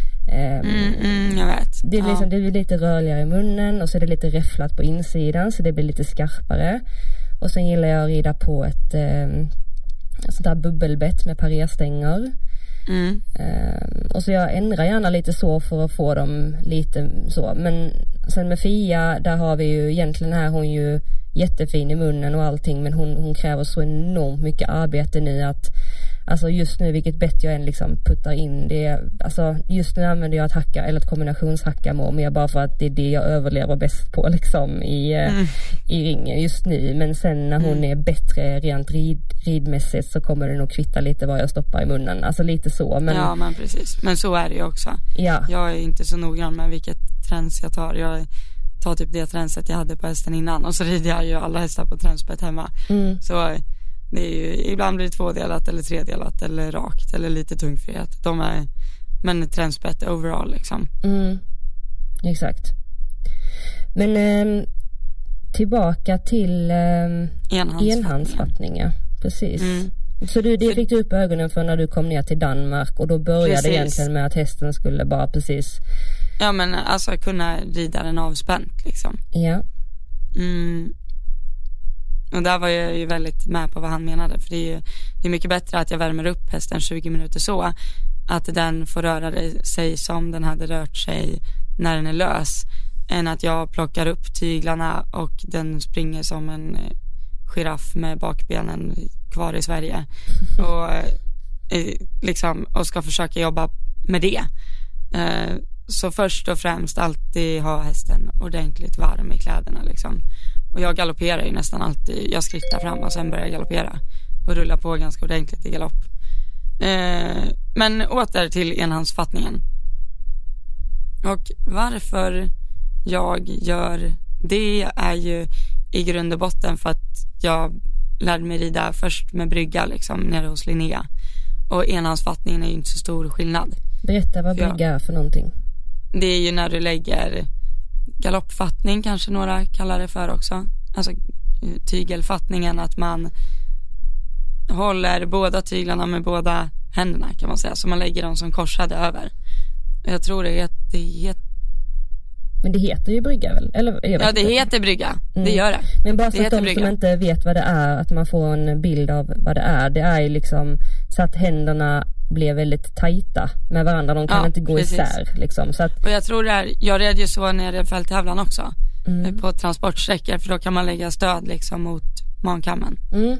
Jag vet. Det är liksom, det blir lite rörligare i munnen, och så är det lite räfflat på insidan, så det blir lite skarpare. Och sen gillar jag att rida på ett sånt där bubbelbett med parerstänger. Och så jag ändrar gärna lite så för att få dem lite så. Men sen med Fia, där har vi ju egentligen här, hon är ju jättefin i munnen och allting, men hon kräver så enormt mycket arbete nu att, alltså just nu vilket bett jag än liksom puttar in det, alltså just nu använder jag ett hacka eller ett kombinationshacka mer bara för att det är det jag överlever bäst på liksom i ringen just nu. Men sen när hon är bättre rent ridmässigt så kommer det nog kvitta lite vad jag stoppar i munnen, alltså lite så. Men ja, men precis, men så är det ju också. Ja. Jag är inte så noggrann med vilket träns jag tar. Jag tar typ det tränset jag hade på hästen innan, och så rider jag ju alla hästar på tränsbett hemma. Så det är ju, ibland blir det tvådelat eller tredelat eller rakt eller lite tungfrihet. Men tränsbett overall liksom. Exakt. Men tillbaka till enhandsfattning. precis. Så det fick du upp ögonen för när du kom ner till Danmark, och då började egentligen med att hästen skulle bara precis... Ja, men alltså kunna rida den avspänt liksom. Ja. Och där var jag ju väldigt med på vad han menade. För det är mycket bättre att jag värmer upp hästen 20 minuter så att den får röra sig som den hade rört sig när den är lös, än att jag plockar upp tyglarna och den springer som en giraff med bakbenen kvar i Sverige och ska försöka jobba med det. Så först och främst alltid ha hästen ordentligt varm i kläderna liksom. Och jag galopperar ju nästan alltid. Jag skrittar fram och sen börjar jag galoppera och rulla på ganska ordentligt i galopp. Men åter till enhandsfattningen. Och varför jag gör det är ju i grund och botten för att jag lärde mig rida först med brygga liksom, nere hos Linnea. Och enhandsfattningen är ju inte så stor skillnad. Berätta vad brygga är för någonting. Det är ju när du lägger galoppfattning, kanske några kallar det för också. Alltså tygelfattningen, att man håller båda tyglarna med båda händerna kan man säga. Så man lägger dem som korsade över. Jag tror det heter... Men det heter ju brygga väl? Eller, ja, det heter brygga. Det gör det. Men bara så att de som inte vet vad det är, att man får en bild av vad det är. Det är ju liksom så att händerna blir väldigt tajta med varandra. De kan inte gå isär liksom. Så att... Och jag tror jag red ju så när jag fälttävlan också. På transportsträckor, för då kan man lägga stöd liksom mot mankammen.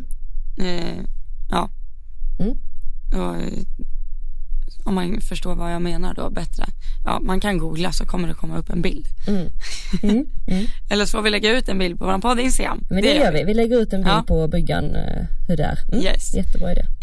Och, om man förstår vad jag menar då bättre. Ja, man kan googla så kommer det komma upp en bild. Eller så får vi lägga ut en bild på vår podd Instagram. Men det gör vi. Vi lägger ut en bild på bryggan hur det är. Yes. Jättebra idé.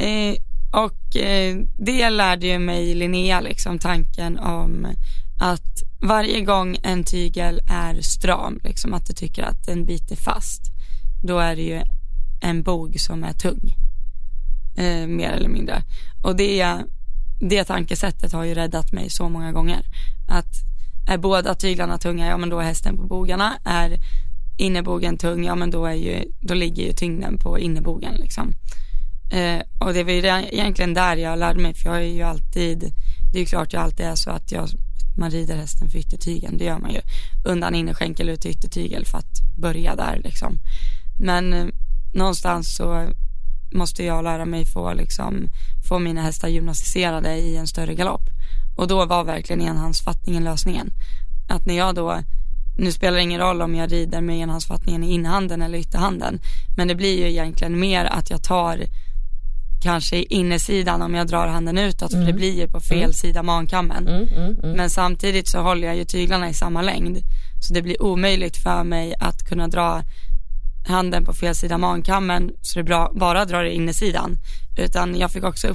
Det lärde ju mig Linnea liksom, tanken om att varje gång en tygel är stram liksom, att du tycker att den biter fast, då är det ju en bog som är tung, mer eller mindre. Och det tankesättet har ju räddat mig så många gånger. Att är båda tyglarna tunga, ja men då är hästen på bogarna. Är innebogen tung, ja men då ligger ju tyngden på innebogen liksom. Och det var ju egentligen där jag lärde mig, för jag är ju alltid, det är ju klart jag alltid är så att man rider hästen för yttertygen, det gör man ju undan innerskänkel ut till yttertygel för att börja där liksom. Men någonstans så måste jag lära mig få mina hästar gymnastiserade i en större galopp. Och då var verkligen enhandsfattningen lösningen. Att när jag då, nu spelar det ingen roll om jag rider med enhandsfattningen i inhanden eller ytterhanden, men det blir ju egentligen mer att jag tar kanske innersidan om jag drar handen utåt, för det blir ju på fel sida mankammen. Men samtidigt så håller jag ju tyglarna i samma längd, så det blir omöjligt för mig att kunna dra handen på fel sida mankammen så det bara drar i innersidan. Utan jag fick också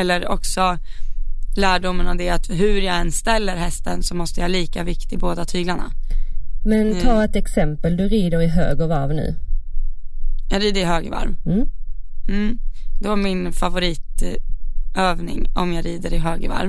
lärdomen av det, att hur jag än ställer hästen så måste jag lika vikt i båda tyglarna. Men ta ett exempel, du rider i högervarv nu. Jag rider i högervarv. Det var min favoritövning om jag rider i högervarv.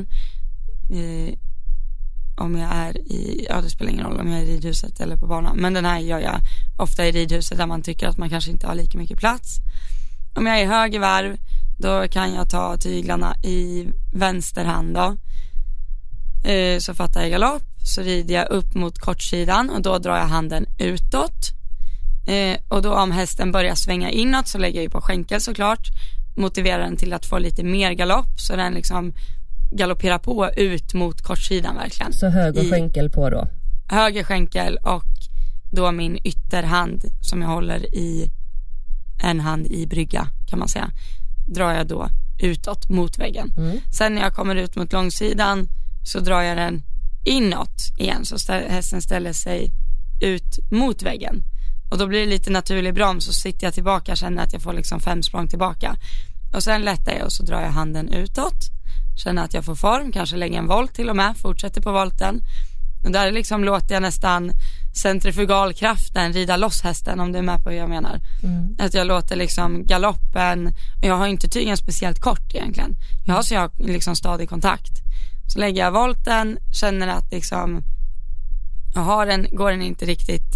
Om jag är det spelar ingen roll om jag är i ridhuset eller på banan, men den här gör jag ofta i ridhuset där man tycker att man kanske inte har lika mycket plats. Om jag är i högervarv, då kan jag ta tyglarna i vänster hand då. Så fattar jag galopp, så rider jag upp mot kortsidan och då drar jag handen utåt. Och då om hästen börjar svänga inåt så lägger jag på skänkel såklart, motiverar den till att få lite mer galopp, så den liksom galopperar på ut mot kortsidan verkligen. Så höger skänkel på då? Höger skänkel, och då min ytterhand som jag håller i en hand i brygga kan man säga, drar jag då utåt mot väggen. Sen när jag kommer ut mot långsidan så drar jag den inåt igen, så hästen ställer sig ut mot väggen. Och då blir det lite naturlig broms, så sitter jag tillbaka, känner att jag får liksom 5 språng tillbaka. Och sen lättar jag och så drar jag handen utåt. Känner att jag får form, kanske lägger en volt till och med, fortsätter på volten. Och där liksom låter jag nästan centrifugalkraften rida loss hästen, om du är med på hur jag menar. Att jag låter liksom galoppen, jag har inte tygen speciellt kort egentligen. Jag har liksom stadig kontakt. Så lägger jag volten, känner att liksom går den inte riktigt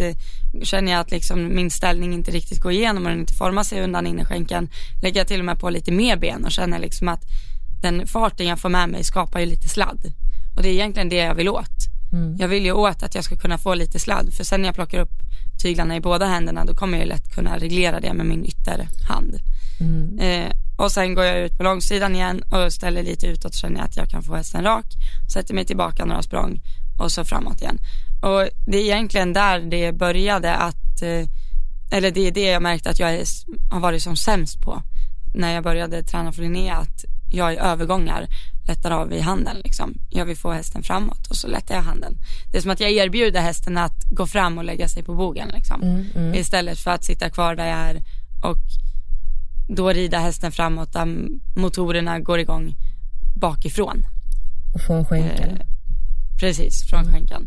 känner jag att liksom min ställning inte riktigt går igenom och den inte formar sig undan innerskänken, lägger jag till och med på lite mer ben och känner liksom att den farten jag får med mig skapar ju lite sladd. Och det är egentligen det jag vill åt. Jag vill ju åt att jag ska kunna få lite sladd, för sen när jag plockar upp tyglarna i båda händerna, då kommer jag lätt kunna reglera det med min ytterhand. Och sen går jag ut på långsidan igen och ställer lite utåt och känner att jag kan få hästen rak, sätter mig tillbaka några språng och så framåt igen. Och det är egentligen där det började att, eller det är det jag märkte att jag har varit som sämst på när jag började träna för Linnea, att jag i övergångar lättar av i handen liksom. Jag vill få hästen framåt och så lättar jag handen. Det är som att jag erbjuder hästen att gå fram och lägga sig på bogen liksom. Istället för att sitta kvar där jag är och då rida hästen framåt där motorerna går igång bakifrån. Och från skänken. Precis, från skänken.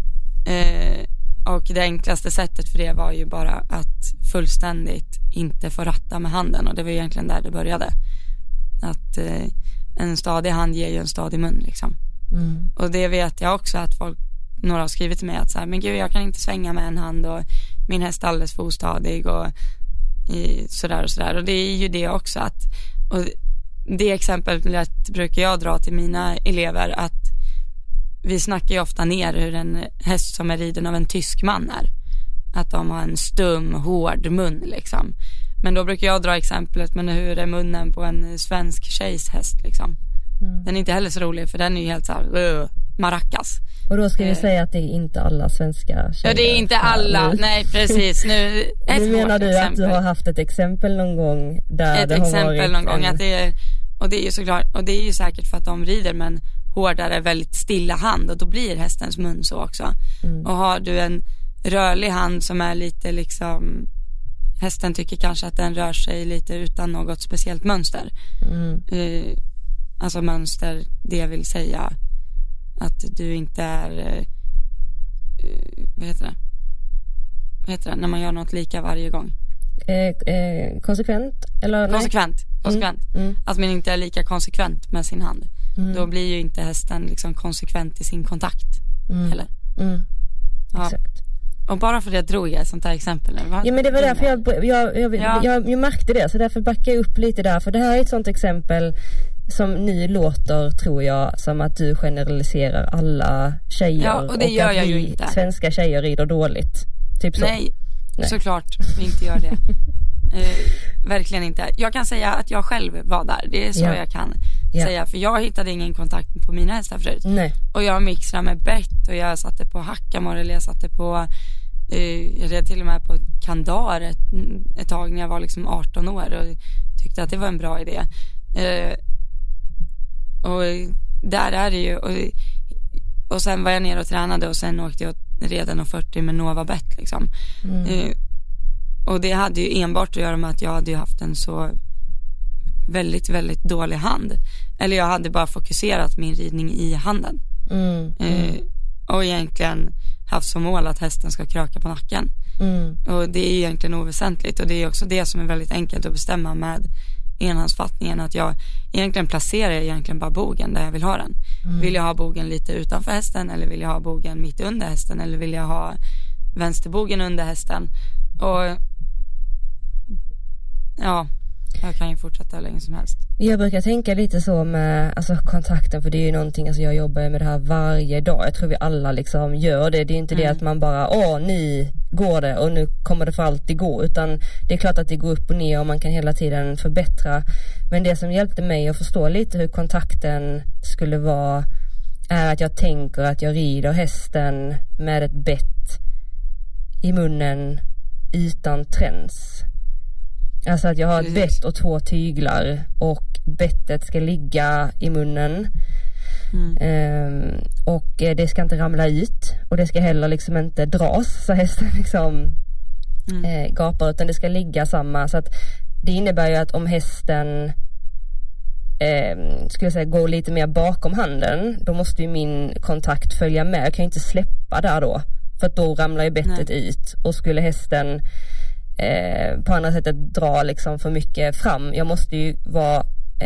Och det enklaste sättet för det var ju bara att fullständigt inte få ratta med handen. Och det var egentligen där det började. Att en stadig hand ger ju en stadig mun liksom. Och det vet jag också att några har skrivit till mig att så här, men gud, jag kan inte svänga med en hand och min häst är alldeles för ostadig och sådär och sådär. Och det är ju det också att, och det exemplet brukar jag dra till mina elever, att vi snackar ju ofta ner hur en häst som är riden av en tysk man är. Att de har en stum, hård mun liksom. Men då brukar jag dra exemplet med hur är munnen på en svensk tjejshäst liksom. Den är inte heller så rolig, för den är ju helt så här maracas. Och då ska vi säga att det är inte alla svenska tjejer. Ja, det är inte alla. Nej, precis. Nu menar du exempel. Att du har haft ett exempel någon gång där ett det har exempel varit någon gång att det är, och det är ju såklart, och det är ju säkert för att de rider med en hårdare, väldigt stilla hand, och då blir hästens mun så också. Och har du en rörlig hand som är lite liksom, hästen tycker kanske att den rör sig lite utan något speciellt mönster. Alltså mönster, det vill säga att du inte är vad heter det när man gör något lika varje gång? Konsekvent? Eller konsekvent. Att man inte är lika konsekvent med sin hand. Då blir ju inte hästen liksom konsekvent i sin kontakt heller. Ja. Exakt. Och bara för det drog jag ett sånt här exempel. Ja, men det var därför jag märkte det. Så därför backar jag upp lite där. För det här är ett sånt exempel som ni låter, tror jag, som att du generaliserar alla tjejer. Ja, och det gör jag ju inte. Svenska tjejer rider dåligt. Typ så. Nej. Såklart vi inte gör det. Verkligen inte. Jag kan säga att jag själv var där. Det är så jag kan säga. För jag hittade ingen kontakt på mina hästar förut. Nej. Och jag mixade med bett och jag satte på hackamor, eller jag satte på jag red till och med på kandar ett tag när jag var liksom 18 år och tyckte att det var en bra idé. Och där är det ju, och sen var jag ner och tränade och sen åkte jag redan 40 med Nova Bett liksom. Och det hade ju enbart att göra med att jag hade ju haft en så väldigt, väldigt dålig hand. Eller jag hade bara fokuserat min ridning i handen. Och egentligen haft som mål att hästen ska kröka på nacken. Och det är egentligen oväsentligt. Och det är också det som är väldigt enkelt att bestämma med enhandsfattningen, att jag egentligen placerar egentligen bara bogen där jag vill ha den. Vill jag ha bogen lite utanför hästen, eller vill jag ha bogen mitt under hästen, eller vill jag ha vänsterbogen under hästen? Och ja, jag kan ju fortsätta hur länge som helst. Jag brukar tänka lite så med kontakten, för det är ju någonting, jag jobbar med det här varje dag. Jag tror vi alla liksom gör det. Det är inte det att man bara, nu går det och nu kommer det för alltid gå, utan det är klart att det går upp och ner och man kan hela tiden förbättra. Men det som hjälpte mig att förstå lite hur kontakten skulle vara är att jag tänker att jag rider hästen med ett bett i munnen utan träns. Alltså att jag har ett bett och 2 tyglar och bettet ska ligga i munnen. Och det ska inte ramla ut och det ska heller liksom inte dras så hästen liksom gapar, utan det ska ligga samma. Så att det innebär ju att om hästen skulle jag säga går lite mer bakom handen, då måste ju min kontakt följa med. Jag kan ju inte släppa där då, för att då ramlar ju bettet ut. Och skulle hästen på andra sättet dra liksom för mycket fram, jag måste ju vara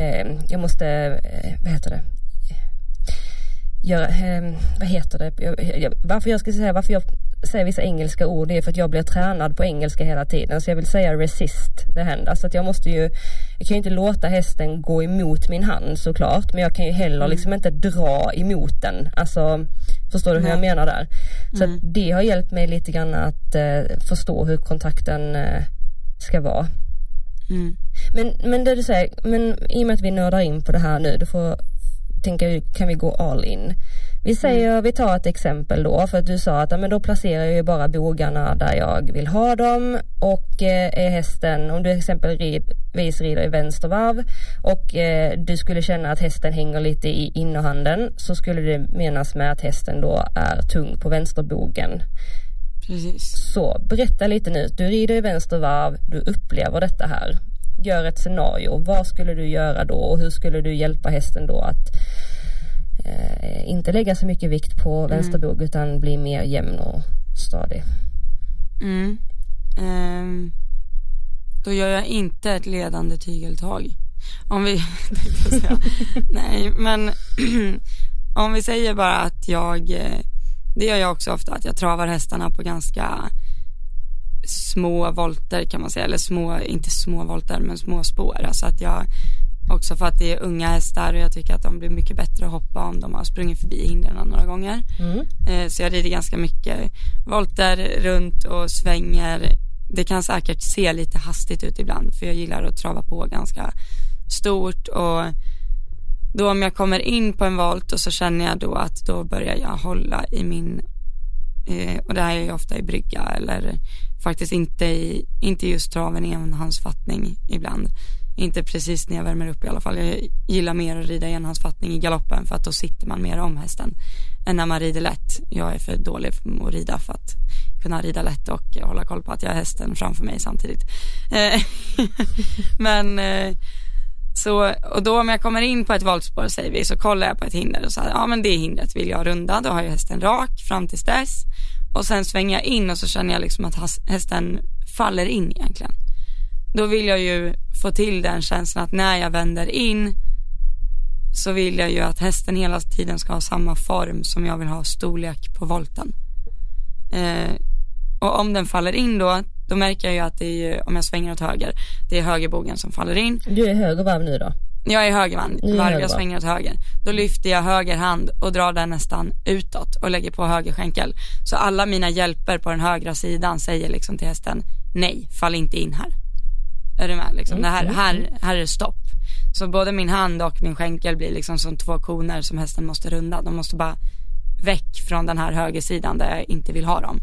vad heter det, varför jag säger vissa engelska ord, det är för att jag blir tränad på engelska hela tiden. Så jag vill säga resist the hand. Alltså att jag kan ju inte låta hästen gå emot min hand såklart. Men jag kan ju heller liksom inte dra emot den. Alltså, förstår du hur jag menar där? Så att det har hjälpt mig lite grann att förstå hur kontakten ska vara. Men det du säger, men i och med att vi nördar in på det här nu, då kan vi gå all in. Vi tar ett exempel då, för att du sa att men då placerar jag ju bara bogarna där jag vill ha dem, och är hästen, om du exempelvis rider i vänstervarv och du skulle känna att hästen hänger lite i innerhanden, så skulle det menas med att hästen då är tung på vänsterbogen. Precis. Så berätta lite nu, du rider i vänstervarv, du upplever detta här. Gör ett scenario, vad skulle du göra då och hur skulle du hjälpa hästen då att inte lägga så mycket vikt på vänsterbog utan bli mer jämn och stadig? Då gör jag inte ett ledande tygeltag. Om vi nej, men om vi säger bara att det gör jag också ofta, att jag travar hästarna på ganska små volter kan man säga, eller inte små volter men små spår, alltså att jag också, för att det är unga hästar och jag tycker att de blir mycket bättre att hoppa om de har sprungit förbi hindren några gånger. Så jag rider ganska mycket volter runt och svänger. Det kan säkert se lite hastigt ut ibland, för jag gillar att trava på ganska stort, och då om jag kommer in på en volt och så känner jag då att då börjar jag hålla i min och det här är ju ofta i brygga, eller faktiskt inte just traven i enhandsfattning ibland, inte precis när jag värmer upp i alla fall. Jag gillar mer att rida i enhandsfattning i galoppen, för att då sitter man mer om hästen än när man rider lätt. Jag är för dålig för att rida för att kunna rida lätt och hålla koll på att jag har hästen framför mig samtidigt. Men så, och då om jag kommer in på ett voltspår, säger vi, så kollar jag på ett hinder och säger, men det hindret vill jag runda, då har jag hästen rak fram till dess, och sen svänger jag in och så känner jag liksom att hästen faller in egentligen. Då vill jag ju få till den känslan att när jag vänder in så vill jag ju att hästen hela tiden ska ha samma form som jag vill ha storlek på volten. Och om den faller in då märker jag ju att det är ju, om jag svänger åt höger, det är högerbogen som faller in. Du är högervarv nu då? Jag är högervarv, jag svänger åt höger. Då lyfter jag höger hand och drar den nästan utåt och lägger på höger skänkel. Så alla mina hjälper på den högra sidan säger liksom till hästen, nej, fall inte in här. Är du med? Liksom, här är stopp. Så både min hand och min skänkel blir liksom som två koner som hästen måste runda. De måste bara väck från den här högersidan där jag inte vill ha dem.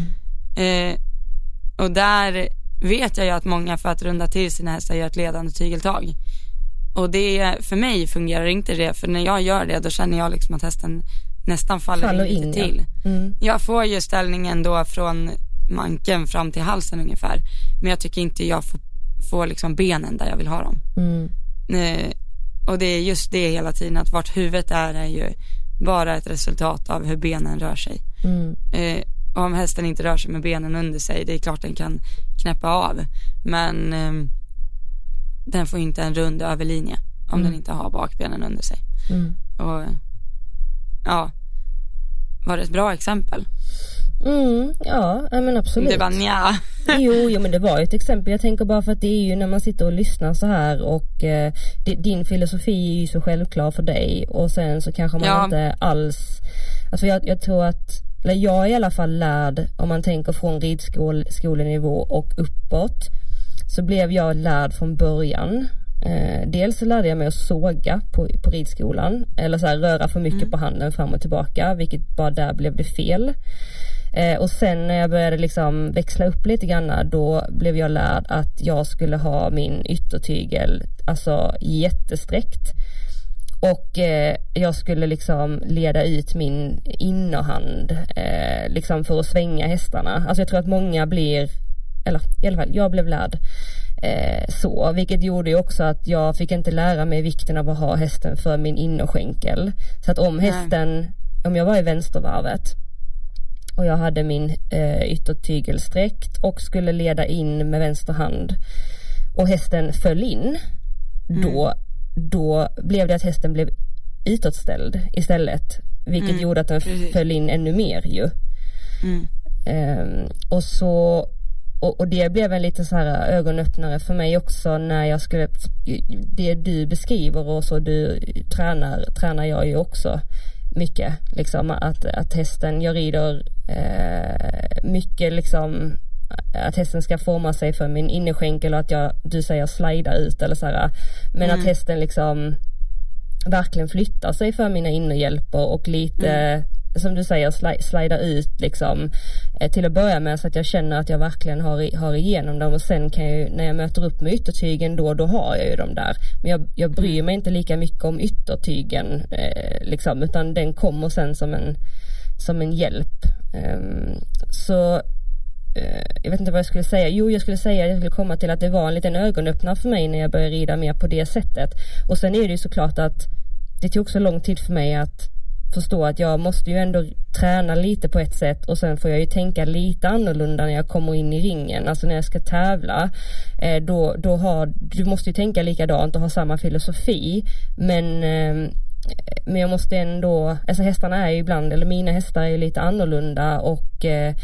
Och där vet jag ju att många, för att runda till sina hästar, gör ett ledande tygeltag. Och det, för mig fungerar inte det, för när jag gör det då känner jag liksom att hästen nästan faller in lite till. Jag får ju ställningen då från manken fram till halsen ungefär, men jag tycker inte jag får liksom benen där jag vill ha dem. Och det är just det hela tiden, att vart huvudet är ju bara ett resultat av hur benen rör sig. Och om hästen inte rör sig med benen under sig, det är klart den kan knäppa av, men den får inte en rund överlinje om den inte har bakbenen under sig. Och ja, var det ett bra exempel? Ja, men absolut. Det var nja. Jo, men det var ett exempel. Jag tänker bara för att det är ju när man sitter och lyssnar så här, och din filosofi är ju så självklar för dig, och sen så kanske man inte alls, alltså jag tror att, eller jag är i alla fall lärd, om man tänker från ridskolenivå och uppåt, så blev jag lärd från början. Dels så lärde jag mig att såga på ridskolan, eller så här, röra för mycket på handen fram och tillbaka, vilket bara där blev det fel. Och sen när jag började liksom växla upp lite grann, då blev jag lärd att jag skulle ha min yttertygel alltså jättesträckt, och jag skulle liksom leda ut min innerhand liksom för att svänga hästarna. Alltså jag tror att många blir, eller i alla fall jag blev lärd så, vilket gjorde ju också att jag fick inte lära mig vikten av att ha hästen för min innerskänkel. Så att om jag var i vänstervarvet och jag hade min yttertygel sträckt och skulle leda in med vänster hand och hästen föll in, då blev det att hästen blev utåtställd istället, vilket gjorde att den föll in ännu mer ju. Och det blev en lite så här ögonöppnare för mig också när jag skulle, det du beskriver och så du tränar jag ju också mycket liksom, att hästen, jag rider mycket liksom, att hästen ska forma sig för min innerskänkel och att du säger slida ut eller så här, men att hästen liksom verkligen flyttar sig för mina innerhjälper och lite som du säger slida ut liksom, till att börja med, så att jag känner att jag verkligen har igenom dem, och sen kan jag, när jag möter upp med yttertygen då har jag ju dem där, men jag bryr mig inte lika mycket om yttertygen liksom, utan den kommer sen som en hjälp. Så jag vet inte vad jag skulle säga. Jag skulle komma till att det var en liten ögonöppnare för mig när jag började rida mer på det sättet. Och sen är det ju såklart att det tog också lång tid för mig att förstå att jag måste ju ändå träna lite på ett sätt, och sen får jag ju tänka lite annorlunda när jag kommer in i ringen. Alltså när jag ska tävla, du måste ju tänka likadant och ha samma filosofi, men jag måste ändå, alltså hästarna är ju ibland, eller mina hästar är ju lite annorlunda, och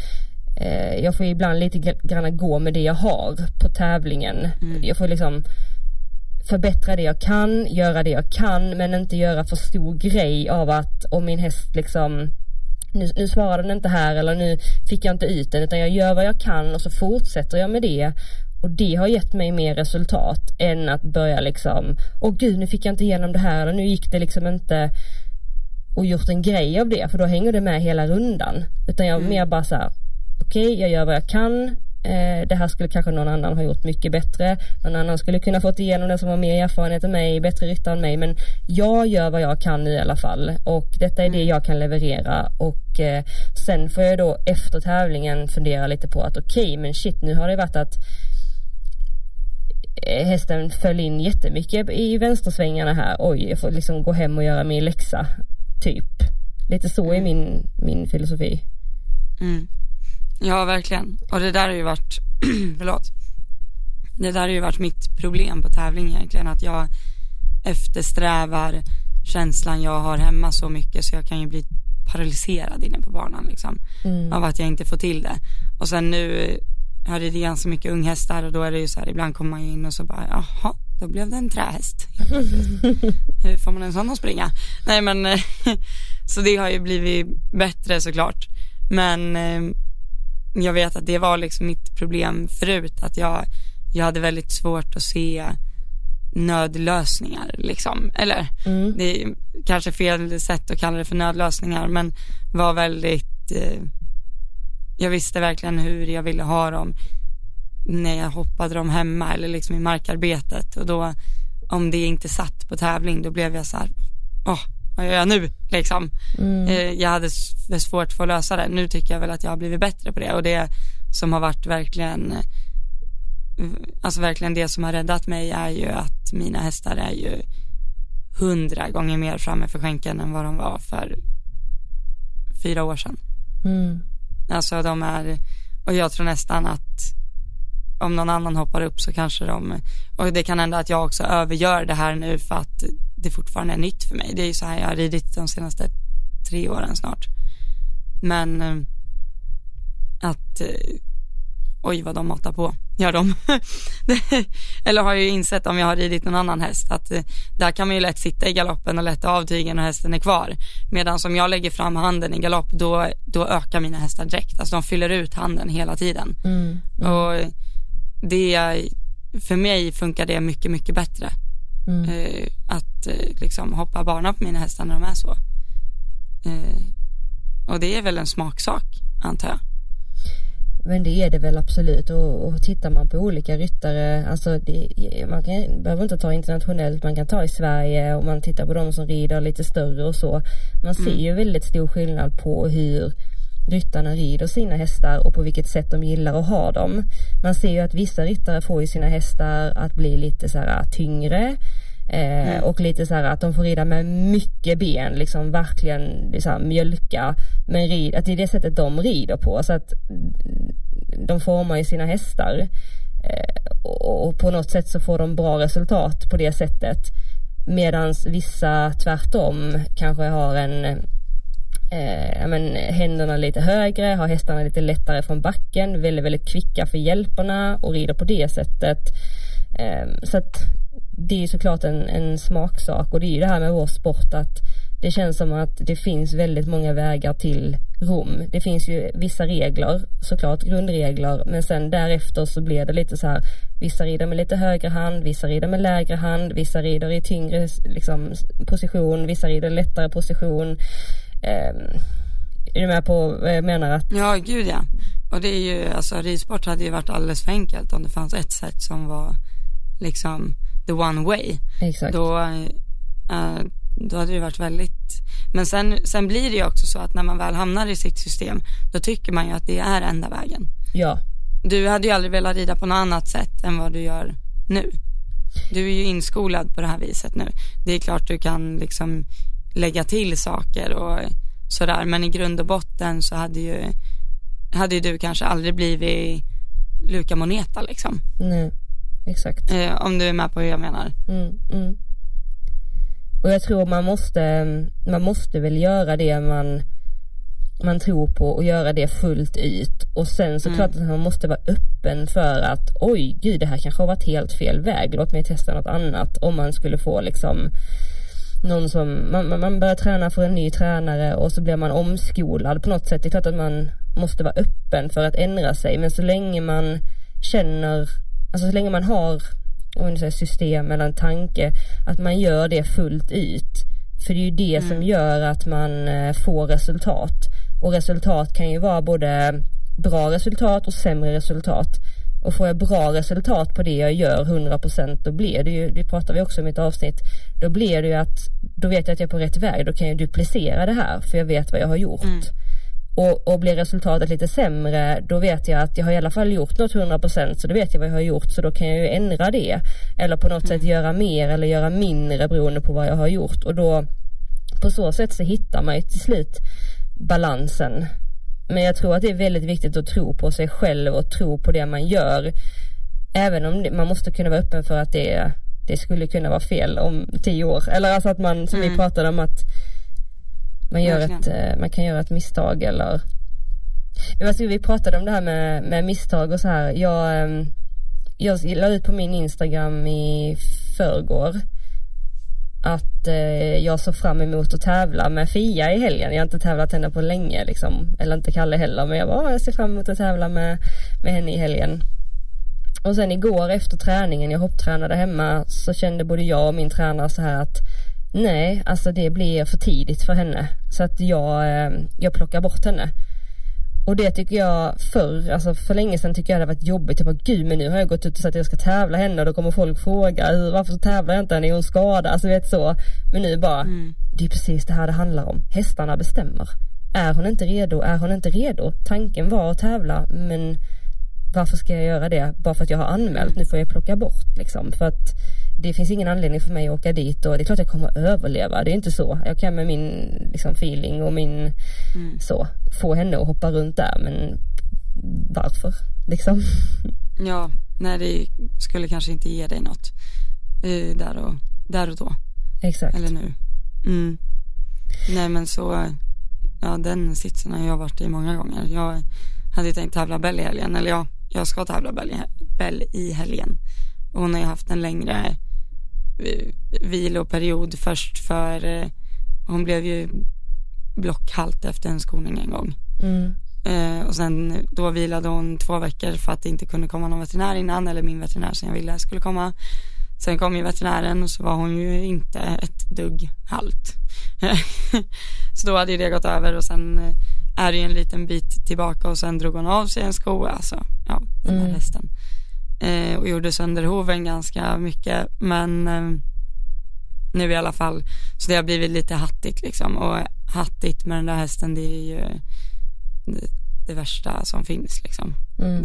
jag får ibland lite grann gå med det jag har på tävlingen. Jag får liksom förbättra det jag kan, göra det jag kan, men inte göra för stor grej av att om min häst liksom nu svarade den inte här, eller nu fick jag inte ut den, utan jag gör vad jag kan och så fortsätter jag med det. Och det har gett mig mer resultat än att börja liksom, gud, nu fick jag inte igenom det här, eller nu gick det liksom inte, och gjort en grej av det, för då hänger det med hela rundan. Utan jag mer bara så här, okej, jag gör vad jag kan. Det här skulle kanske någon annan ha gjort mycket bättre. Någon annan skulle kunna fått igenom det som har mer erfarenhet än mig, bättre ryttare än mig, men jag gör vad jag kan i alla fall, och detta är det jag kan leverera. Och sen får jag då efter tävlingen fundera lite på att okej, men shit, nu har det varit att hästen föll in jättemycket i vänstersvängarna här. Oj, jag får liksom gå hem och göra min läxa typ. Lite så är min filosofi. Ja, verkligen. Och det där har ju varit det där har ju varit mitt problem på tävling egentligen, att jag eftersträvar känslan jag har hemma så mycket så jag kan ju bli paralyserad inne på banan liksom, av att jag inte får till det. Och sen nu har det ganska mycket unghästar, och då är det ju så här, ibland kommer man in och så bara, jaha, då blev det en trähäst. Hur får man en sån att springa? Nej, men så det har ju blivit bättre såklart. Men jag vet att det var liksom mitt problem förut, att jag hade väldigt svårt att se nödlösningar liksom, eller det är kanske fel sätt att kalla det för nödlösningar, men var väldigt jag visste verkligen hur jag ville ha dem när jag hoppade dem hemma eller liksom i markarbetet, och då om det inte satt på tävling, då blev jag så här, vad gör jag nu liksom? Jag hade svårt för att lösa det. Nu tycker jag väl att jag har blivit bättre på det, och det som har varit verkligen, alltså verkligen det som har räddat mig är ju att mina hästar är ju 100 gånger mer framme för skänken än vad de var för 4 år sedan. Alltså de är, och jag tror nästan att om någon annan hoppar upp så kanske och det kan hända att jag också övergör det här nu, för att det fortfarande är nytt för mig. Det är ju så här jag har ridit de senaste 3 åren snart. Men att oj vad de matar på, gör de. Eller har ju insett om jag har ridit någon annan häst att där kan man ju lätt sitta i galoppen och lätta av tygen och hästen är kvar. Medan som jag lägger fram handen i galopp, då ökar mina hästar direkt. Alltså de fyller ut handen hela tiden. Och det, för mig funkar det mycket, mycket bättre. Att liksom hoppa bana på mina hästar när de är så. Och det är väl en smaksak, antar jag. Men det är det väl absolut, och tittar man på olika ryttare, alltså man behöver inte ta internationellt, man kan ta i Sverige, och man tittar på de som rider lite större och så, man ser ju väldigt stor skillnad på hur ryttarna rider sina hästar och på vilket sätt de gillar att ha dem. Man ser ju att vissa ryttare får ju sina hästar att bli lite så här tyngre, och lite så här att de får rida med mycket ben, liksom verkligen så här mjölka, men att det är det sättet de rider på, så att de formar ju sina hästar, och på något sätt så får de bra resultat på det sättet, medans vissa tvärtom kanske har händerna lite högre, har hästarna lite lättare från backen, väldigt, väldigt kvicka för hjälperna och rider på det sättet. Så att det är såklart en smaksak, och det är ju det här med vår sport att det känns som att det finns väldigt många vägar till Rom. Det finns ju vissa regler, såklart grundregler, men sen därefter så blir det lite så här, vissa rider med lite högre hand, vissa rider med lägre hand, vissa rider i tyngre liksom, position, vissa rider lättare position. Är du med på vad jag menar? Att... Ja, gud ja. Och det är ju, alltså ridsport hade ju varit alldeles för enkelt om det fanns ett sätt som var liksom the one way. Exakt. Då hade det varit väldigt... Men sen blir det ju också så att när man väl hamnar i sitt system, då tycker man ju att det är enda vägen. Ja. Du hade ju aldrig velat rida på något annat sätt än vad du gör nu. Du är ju inskolad på det här viset nu. Det är klart du kan liksom lägga till saker och sådär, men i grund och botten så hade ju du kanske aldrig blivit Luca Moneta liksom. Nej, exakt. Om du är med på hur jag menar. Och jag tror man måste väl göra det man tror på och göra det fullt ut. Och sen så klart att man måste vara öppen för att oj gud, det här kanske har varit helt fel väg. Låt mig testa något annat. Om man skulle få liksom någon som man börjar träna för en ny tränare och så blir man omskolad på något sätt. Det är klart att man måste vara öppen för att ändra sig. Men så länge man känner, alltså så länge man har system eller en tanke, att man gör det fullt ut. För det är ju det som gör att man får resultat. Och resultat kan ju vara både bra resultat och sämre resultat. Och får jag bra resultat på det jag gör 100%, då blir det ju, det pratar vi också om i ett avsnitt, då blir det ju att då vet jag att jag är på rätt väg, då kan jag duplicera det här för jag vet vad jag har gjort. Och blir resultatet lite sämre, då vet jag att jag har i alla fall gjort något 100%, så då vet jag vad jag har gjort, så då kan jag ju ändra det eller på något sätt göra mer eller göra mindre beroende på vad jag har gjort. Och då på så sätt så hittar man ju till slut balansen. Men jag tror att det är väldigt viktigt att tro på sig själv och tro på det man gör, även om man måste kunna vara öppen för att det skulle kunna vara fel om 10 år, eller alltså att man, som vi pratade om, att man kan göra ett misstag. Eller vi pratade om det här med misstag och så här. Jag la ut på min Instagram i förrgår att jag såg fram emot att tävla med Fia i helgen. Jag har inte tävlat henne på länge liksom, eller inte Kalle heller, men jag ser fram emot att tävla med henne i helgen. Och sen igår efter träningen, jag hopptränade hemma, så kände både jag och min tränare så här att nej, alltså det blir för tidigt för henne, så att jag plockar bort henne. Och det tycker jag för länge sedan tycker jag det har varit jobbigt. Jag bara, gud, men nu har jag gått ut och sagt att jag ska tävla henne och då kommer folk fråga varför tävlar jag inte henne, är hon skadad? Alltså vet så. Men nu bara, det är precis det här det handlar om. Hästarna bestämmer. Är hon inte redo? Är hon inte redo? Tanken var att tävla, men varför ska jag göra det? Bara för att jag har anmält. Nu får jag plocka bort liksom. För att det finns ingen anledning för mig att åka dit, och det är klart jag kommer att överleva. Det är inte så. Jag kan med min liksom, feeling och min så få henne att hoppa runt där, men varför liksom? Ja, nej, det skulle kanske inte ge dig något där och då. Exakt. Eller nu. Nej, men så ja, den sitsen har jag varit i många gånger. Jag hade tänkt tävla Bell i helgen, eller ja, jag ska tävla Bell i helgen. Och hon har ju haft en längre viloperiod först, för hon blev ju blockhalt efter en skoning en gång. Och sen då vilade hon 2 veckor för att det inte kunde komma någon veterinär innan, eller min veterinär som jag ville skulle komma. Sen kom ju veterinären och så var hon ju inte ett dugg halt. Så då hade ju det gått över, och sen är det ju en liten bit tillbaka, och sen drog hon av sig en sko, alltså ja, den här hästen. Och gjorde sönder hoven ganska mycket, men nu i alla fall, så det har blivit lite hattigt liksom. Och hattigt med den där hästen, det är ju det värsta som finns liksom.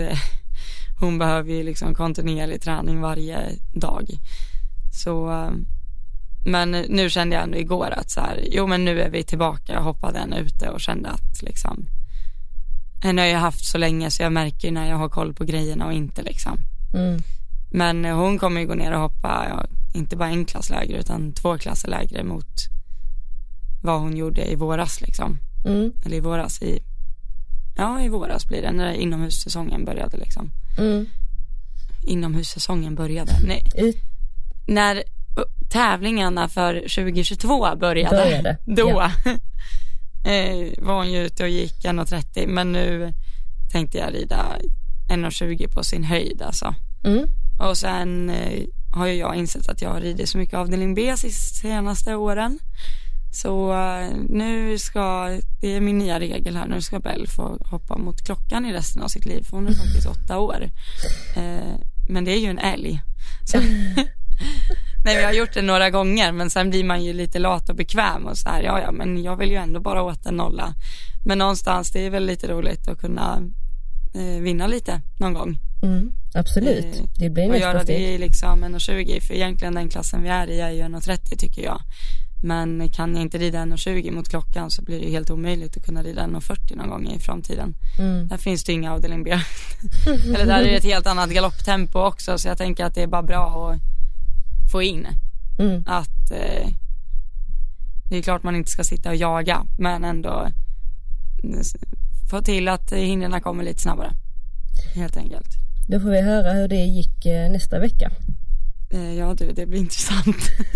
Hon behöver ju liksom kontinuerlig träning varje dag. Så men nu kände jag ändå igår att så här, jo men nu är vi tillbaka. Jag hoppade den ute och kände att liksom, henne har jag haft så länge, så jag märker när jag har koll på grejerna och inte liksom. Men hon kommer ju gå ner och hoppa, inte bara en klass lägre utan 2 klasser lägre mot vad hon gjorde i våras liksom. Eller i våras. I våras blir det, när inomhussäsongen började liksom. Inomhussäsongen började. Nej. När tävlingarna för 2022 började. Då var hon ju ute och gick 1,30, men nu tänkte jag rida 1,20 på sin höjd alltså. Och sen har ju jag insett att jag har ridit så mycket avdelning B senaste åren. Så nu det är min nya regel här, nu ska Bell få hoppa mot klockan i resten av sitt liv, för hon är faktiskt 8 år. Men det är ju en älg. Så nej, vi har gjort det några gånger, men sen blir man ju lite lat och bekväm och så här, ja, men jag vill ju ändå bara åt en nolla. Men någonstans, det är väl lite roligt att kunna vinna lite någon gång. Absolut, det blir och göra det i liksom 1,20, för egentligen den klassen vi är i är ju 1,30 tycker jag. Men kan jag inte rida 1,20 mot klockan så blir det helt omöjligt att kunna rida 1,40 någon gång i framtiden. Där finns det inga avdelning B. Eller där är det ett helt annat galopptempo också, så jag tänker att det är bara bra att få in att det är klart man inte ska sitta och jaga, men ändå få till att hindren kommer lite snabbare, helt enkelt. Då får vi höra hur det gick nästa vecka. Ja du, det blir intressant.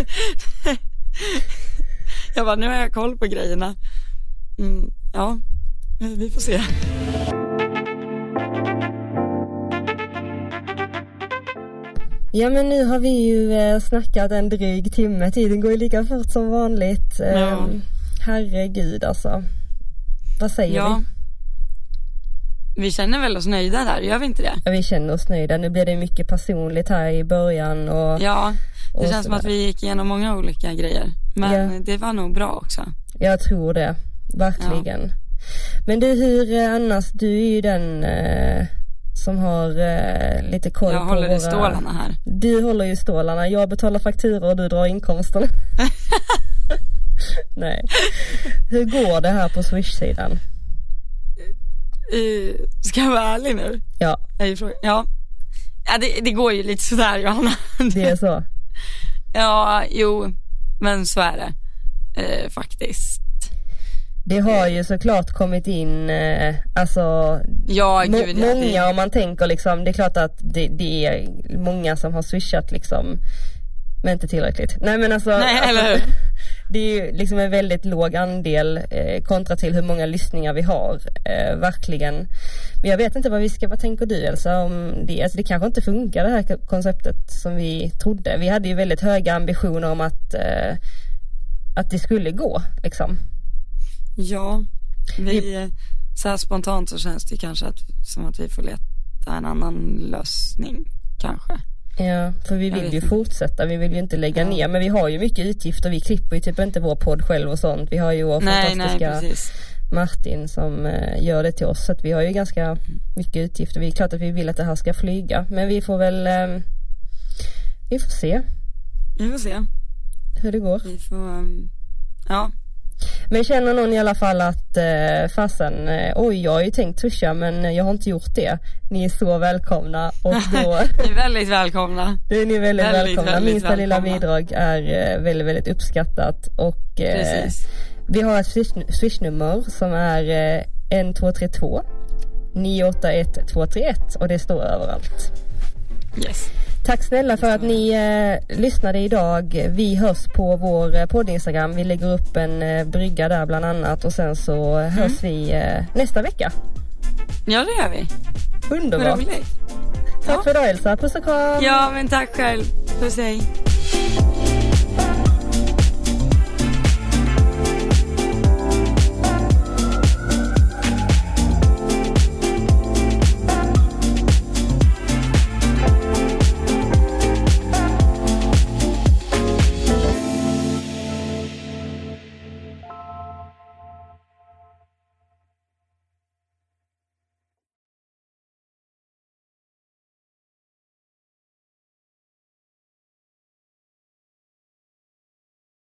Jag bara, nu har jag koll på grejerna. Ja, vi får se. Ja, men nu har vi ju snackat en dryg timme. Tiden går ju lika fort som vanligt. Ja. Herregud alltså. Vad säger vi? Vi känner väl oss nöjda där, gör vi inte det? Ja, vi känner oss nöjda. Nu blir det mycket personligt här i början. Ja, det känns som att vi gick igenom många olika grejer. Men det var nog bra också. Jag tror det, verkligen. Ja. Men du, hur annars, du är ju den som har lite koll på jag håller i stålarna här. Du håller ju stålarna, jag betalar fakturor och du drar inkomsterna. Nej. Hur går det här på Swish-sidan? Ska jag vara ärlig nu? Ja. Ja, det går ju lite sådär, Johanna. Det är så? Ja, jo, men så är det faktiskt. Det har ju såklart kommit in alltså många, om man tänker liksom, det är klart att det är många som har swishat liksom, men inte tillräckligt. Nej, men alltså, eller hur? Det är ju liksom en väldigt låg andel kontra till hur många lyssningar vi har, verkligen. Men jag vet inte vad tänker du, Elsa, om det? Alltså, det kanske inte funkar, det här konceptet som vi trodde. Vi hade ju väldigt höga ambitioner om att det skulle gå liksom. Ja, så här spontant så känns det kanske som att vi får leta en annan lösning kanske. Ja, för vi vill ju fortsätta, vi vill ju inte lägga ner, men vi har ju mycket utgifter, vi klipper ju typ inte vår podd själv och sånt. Vi har ju vår fantastiska Martin som gör det till oss, så att vi har ju ganska mycket utgifter. Vi är klart att vi vill att det här ska flyga, men vi får väl vi får se. Vi får se hur det går. Vi får, ja. Men känner någon i alla fall att fasen, jag har ju tänkt swisha men jag har inte gjort det. Ni är så välkomna och då ni är väldigt välkomna. Då är ni väldigt välkomna. Minsta lilla bidrag är väldigt, väldigt uppskattat och vi har ett swishnummer som är 1232 981 231 och det står överallt. Yes. Tack snälla för att ni lyssnade idag. Vi hörs på vår podd-Instagram. Vi lägger upp en brygga där bland annat. Och sen så hörs vi nästa vecka. Ja, det gör vi. Underbart. Tack för idag, Elsa. Puss och kram. Ja, men tack själv. Puss, hej.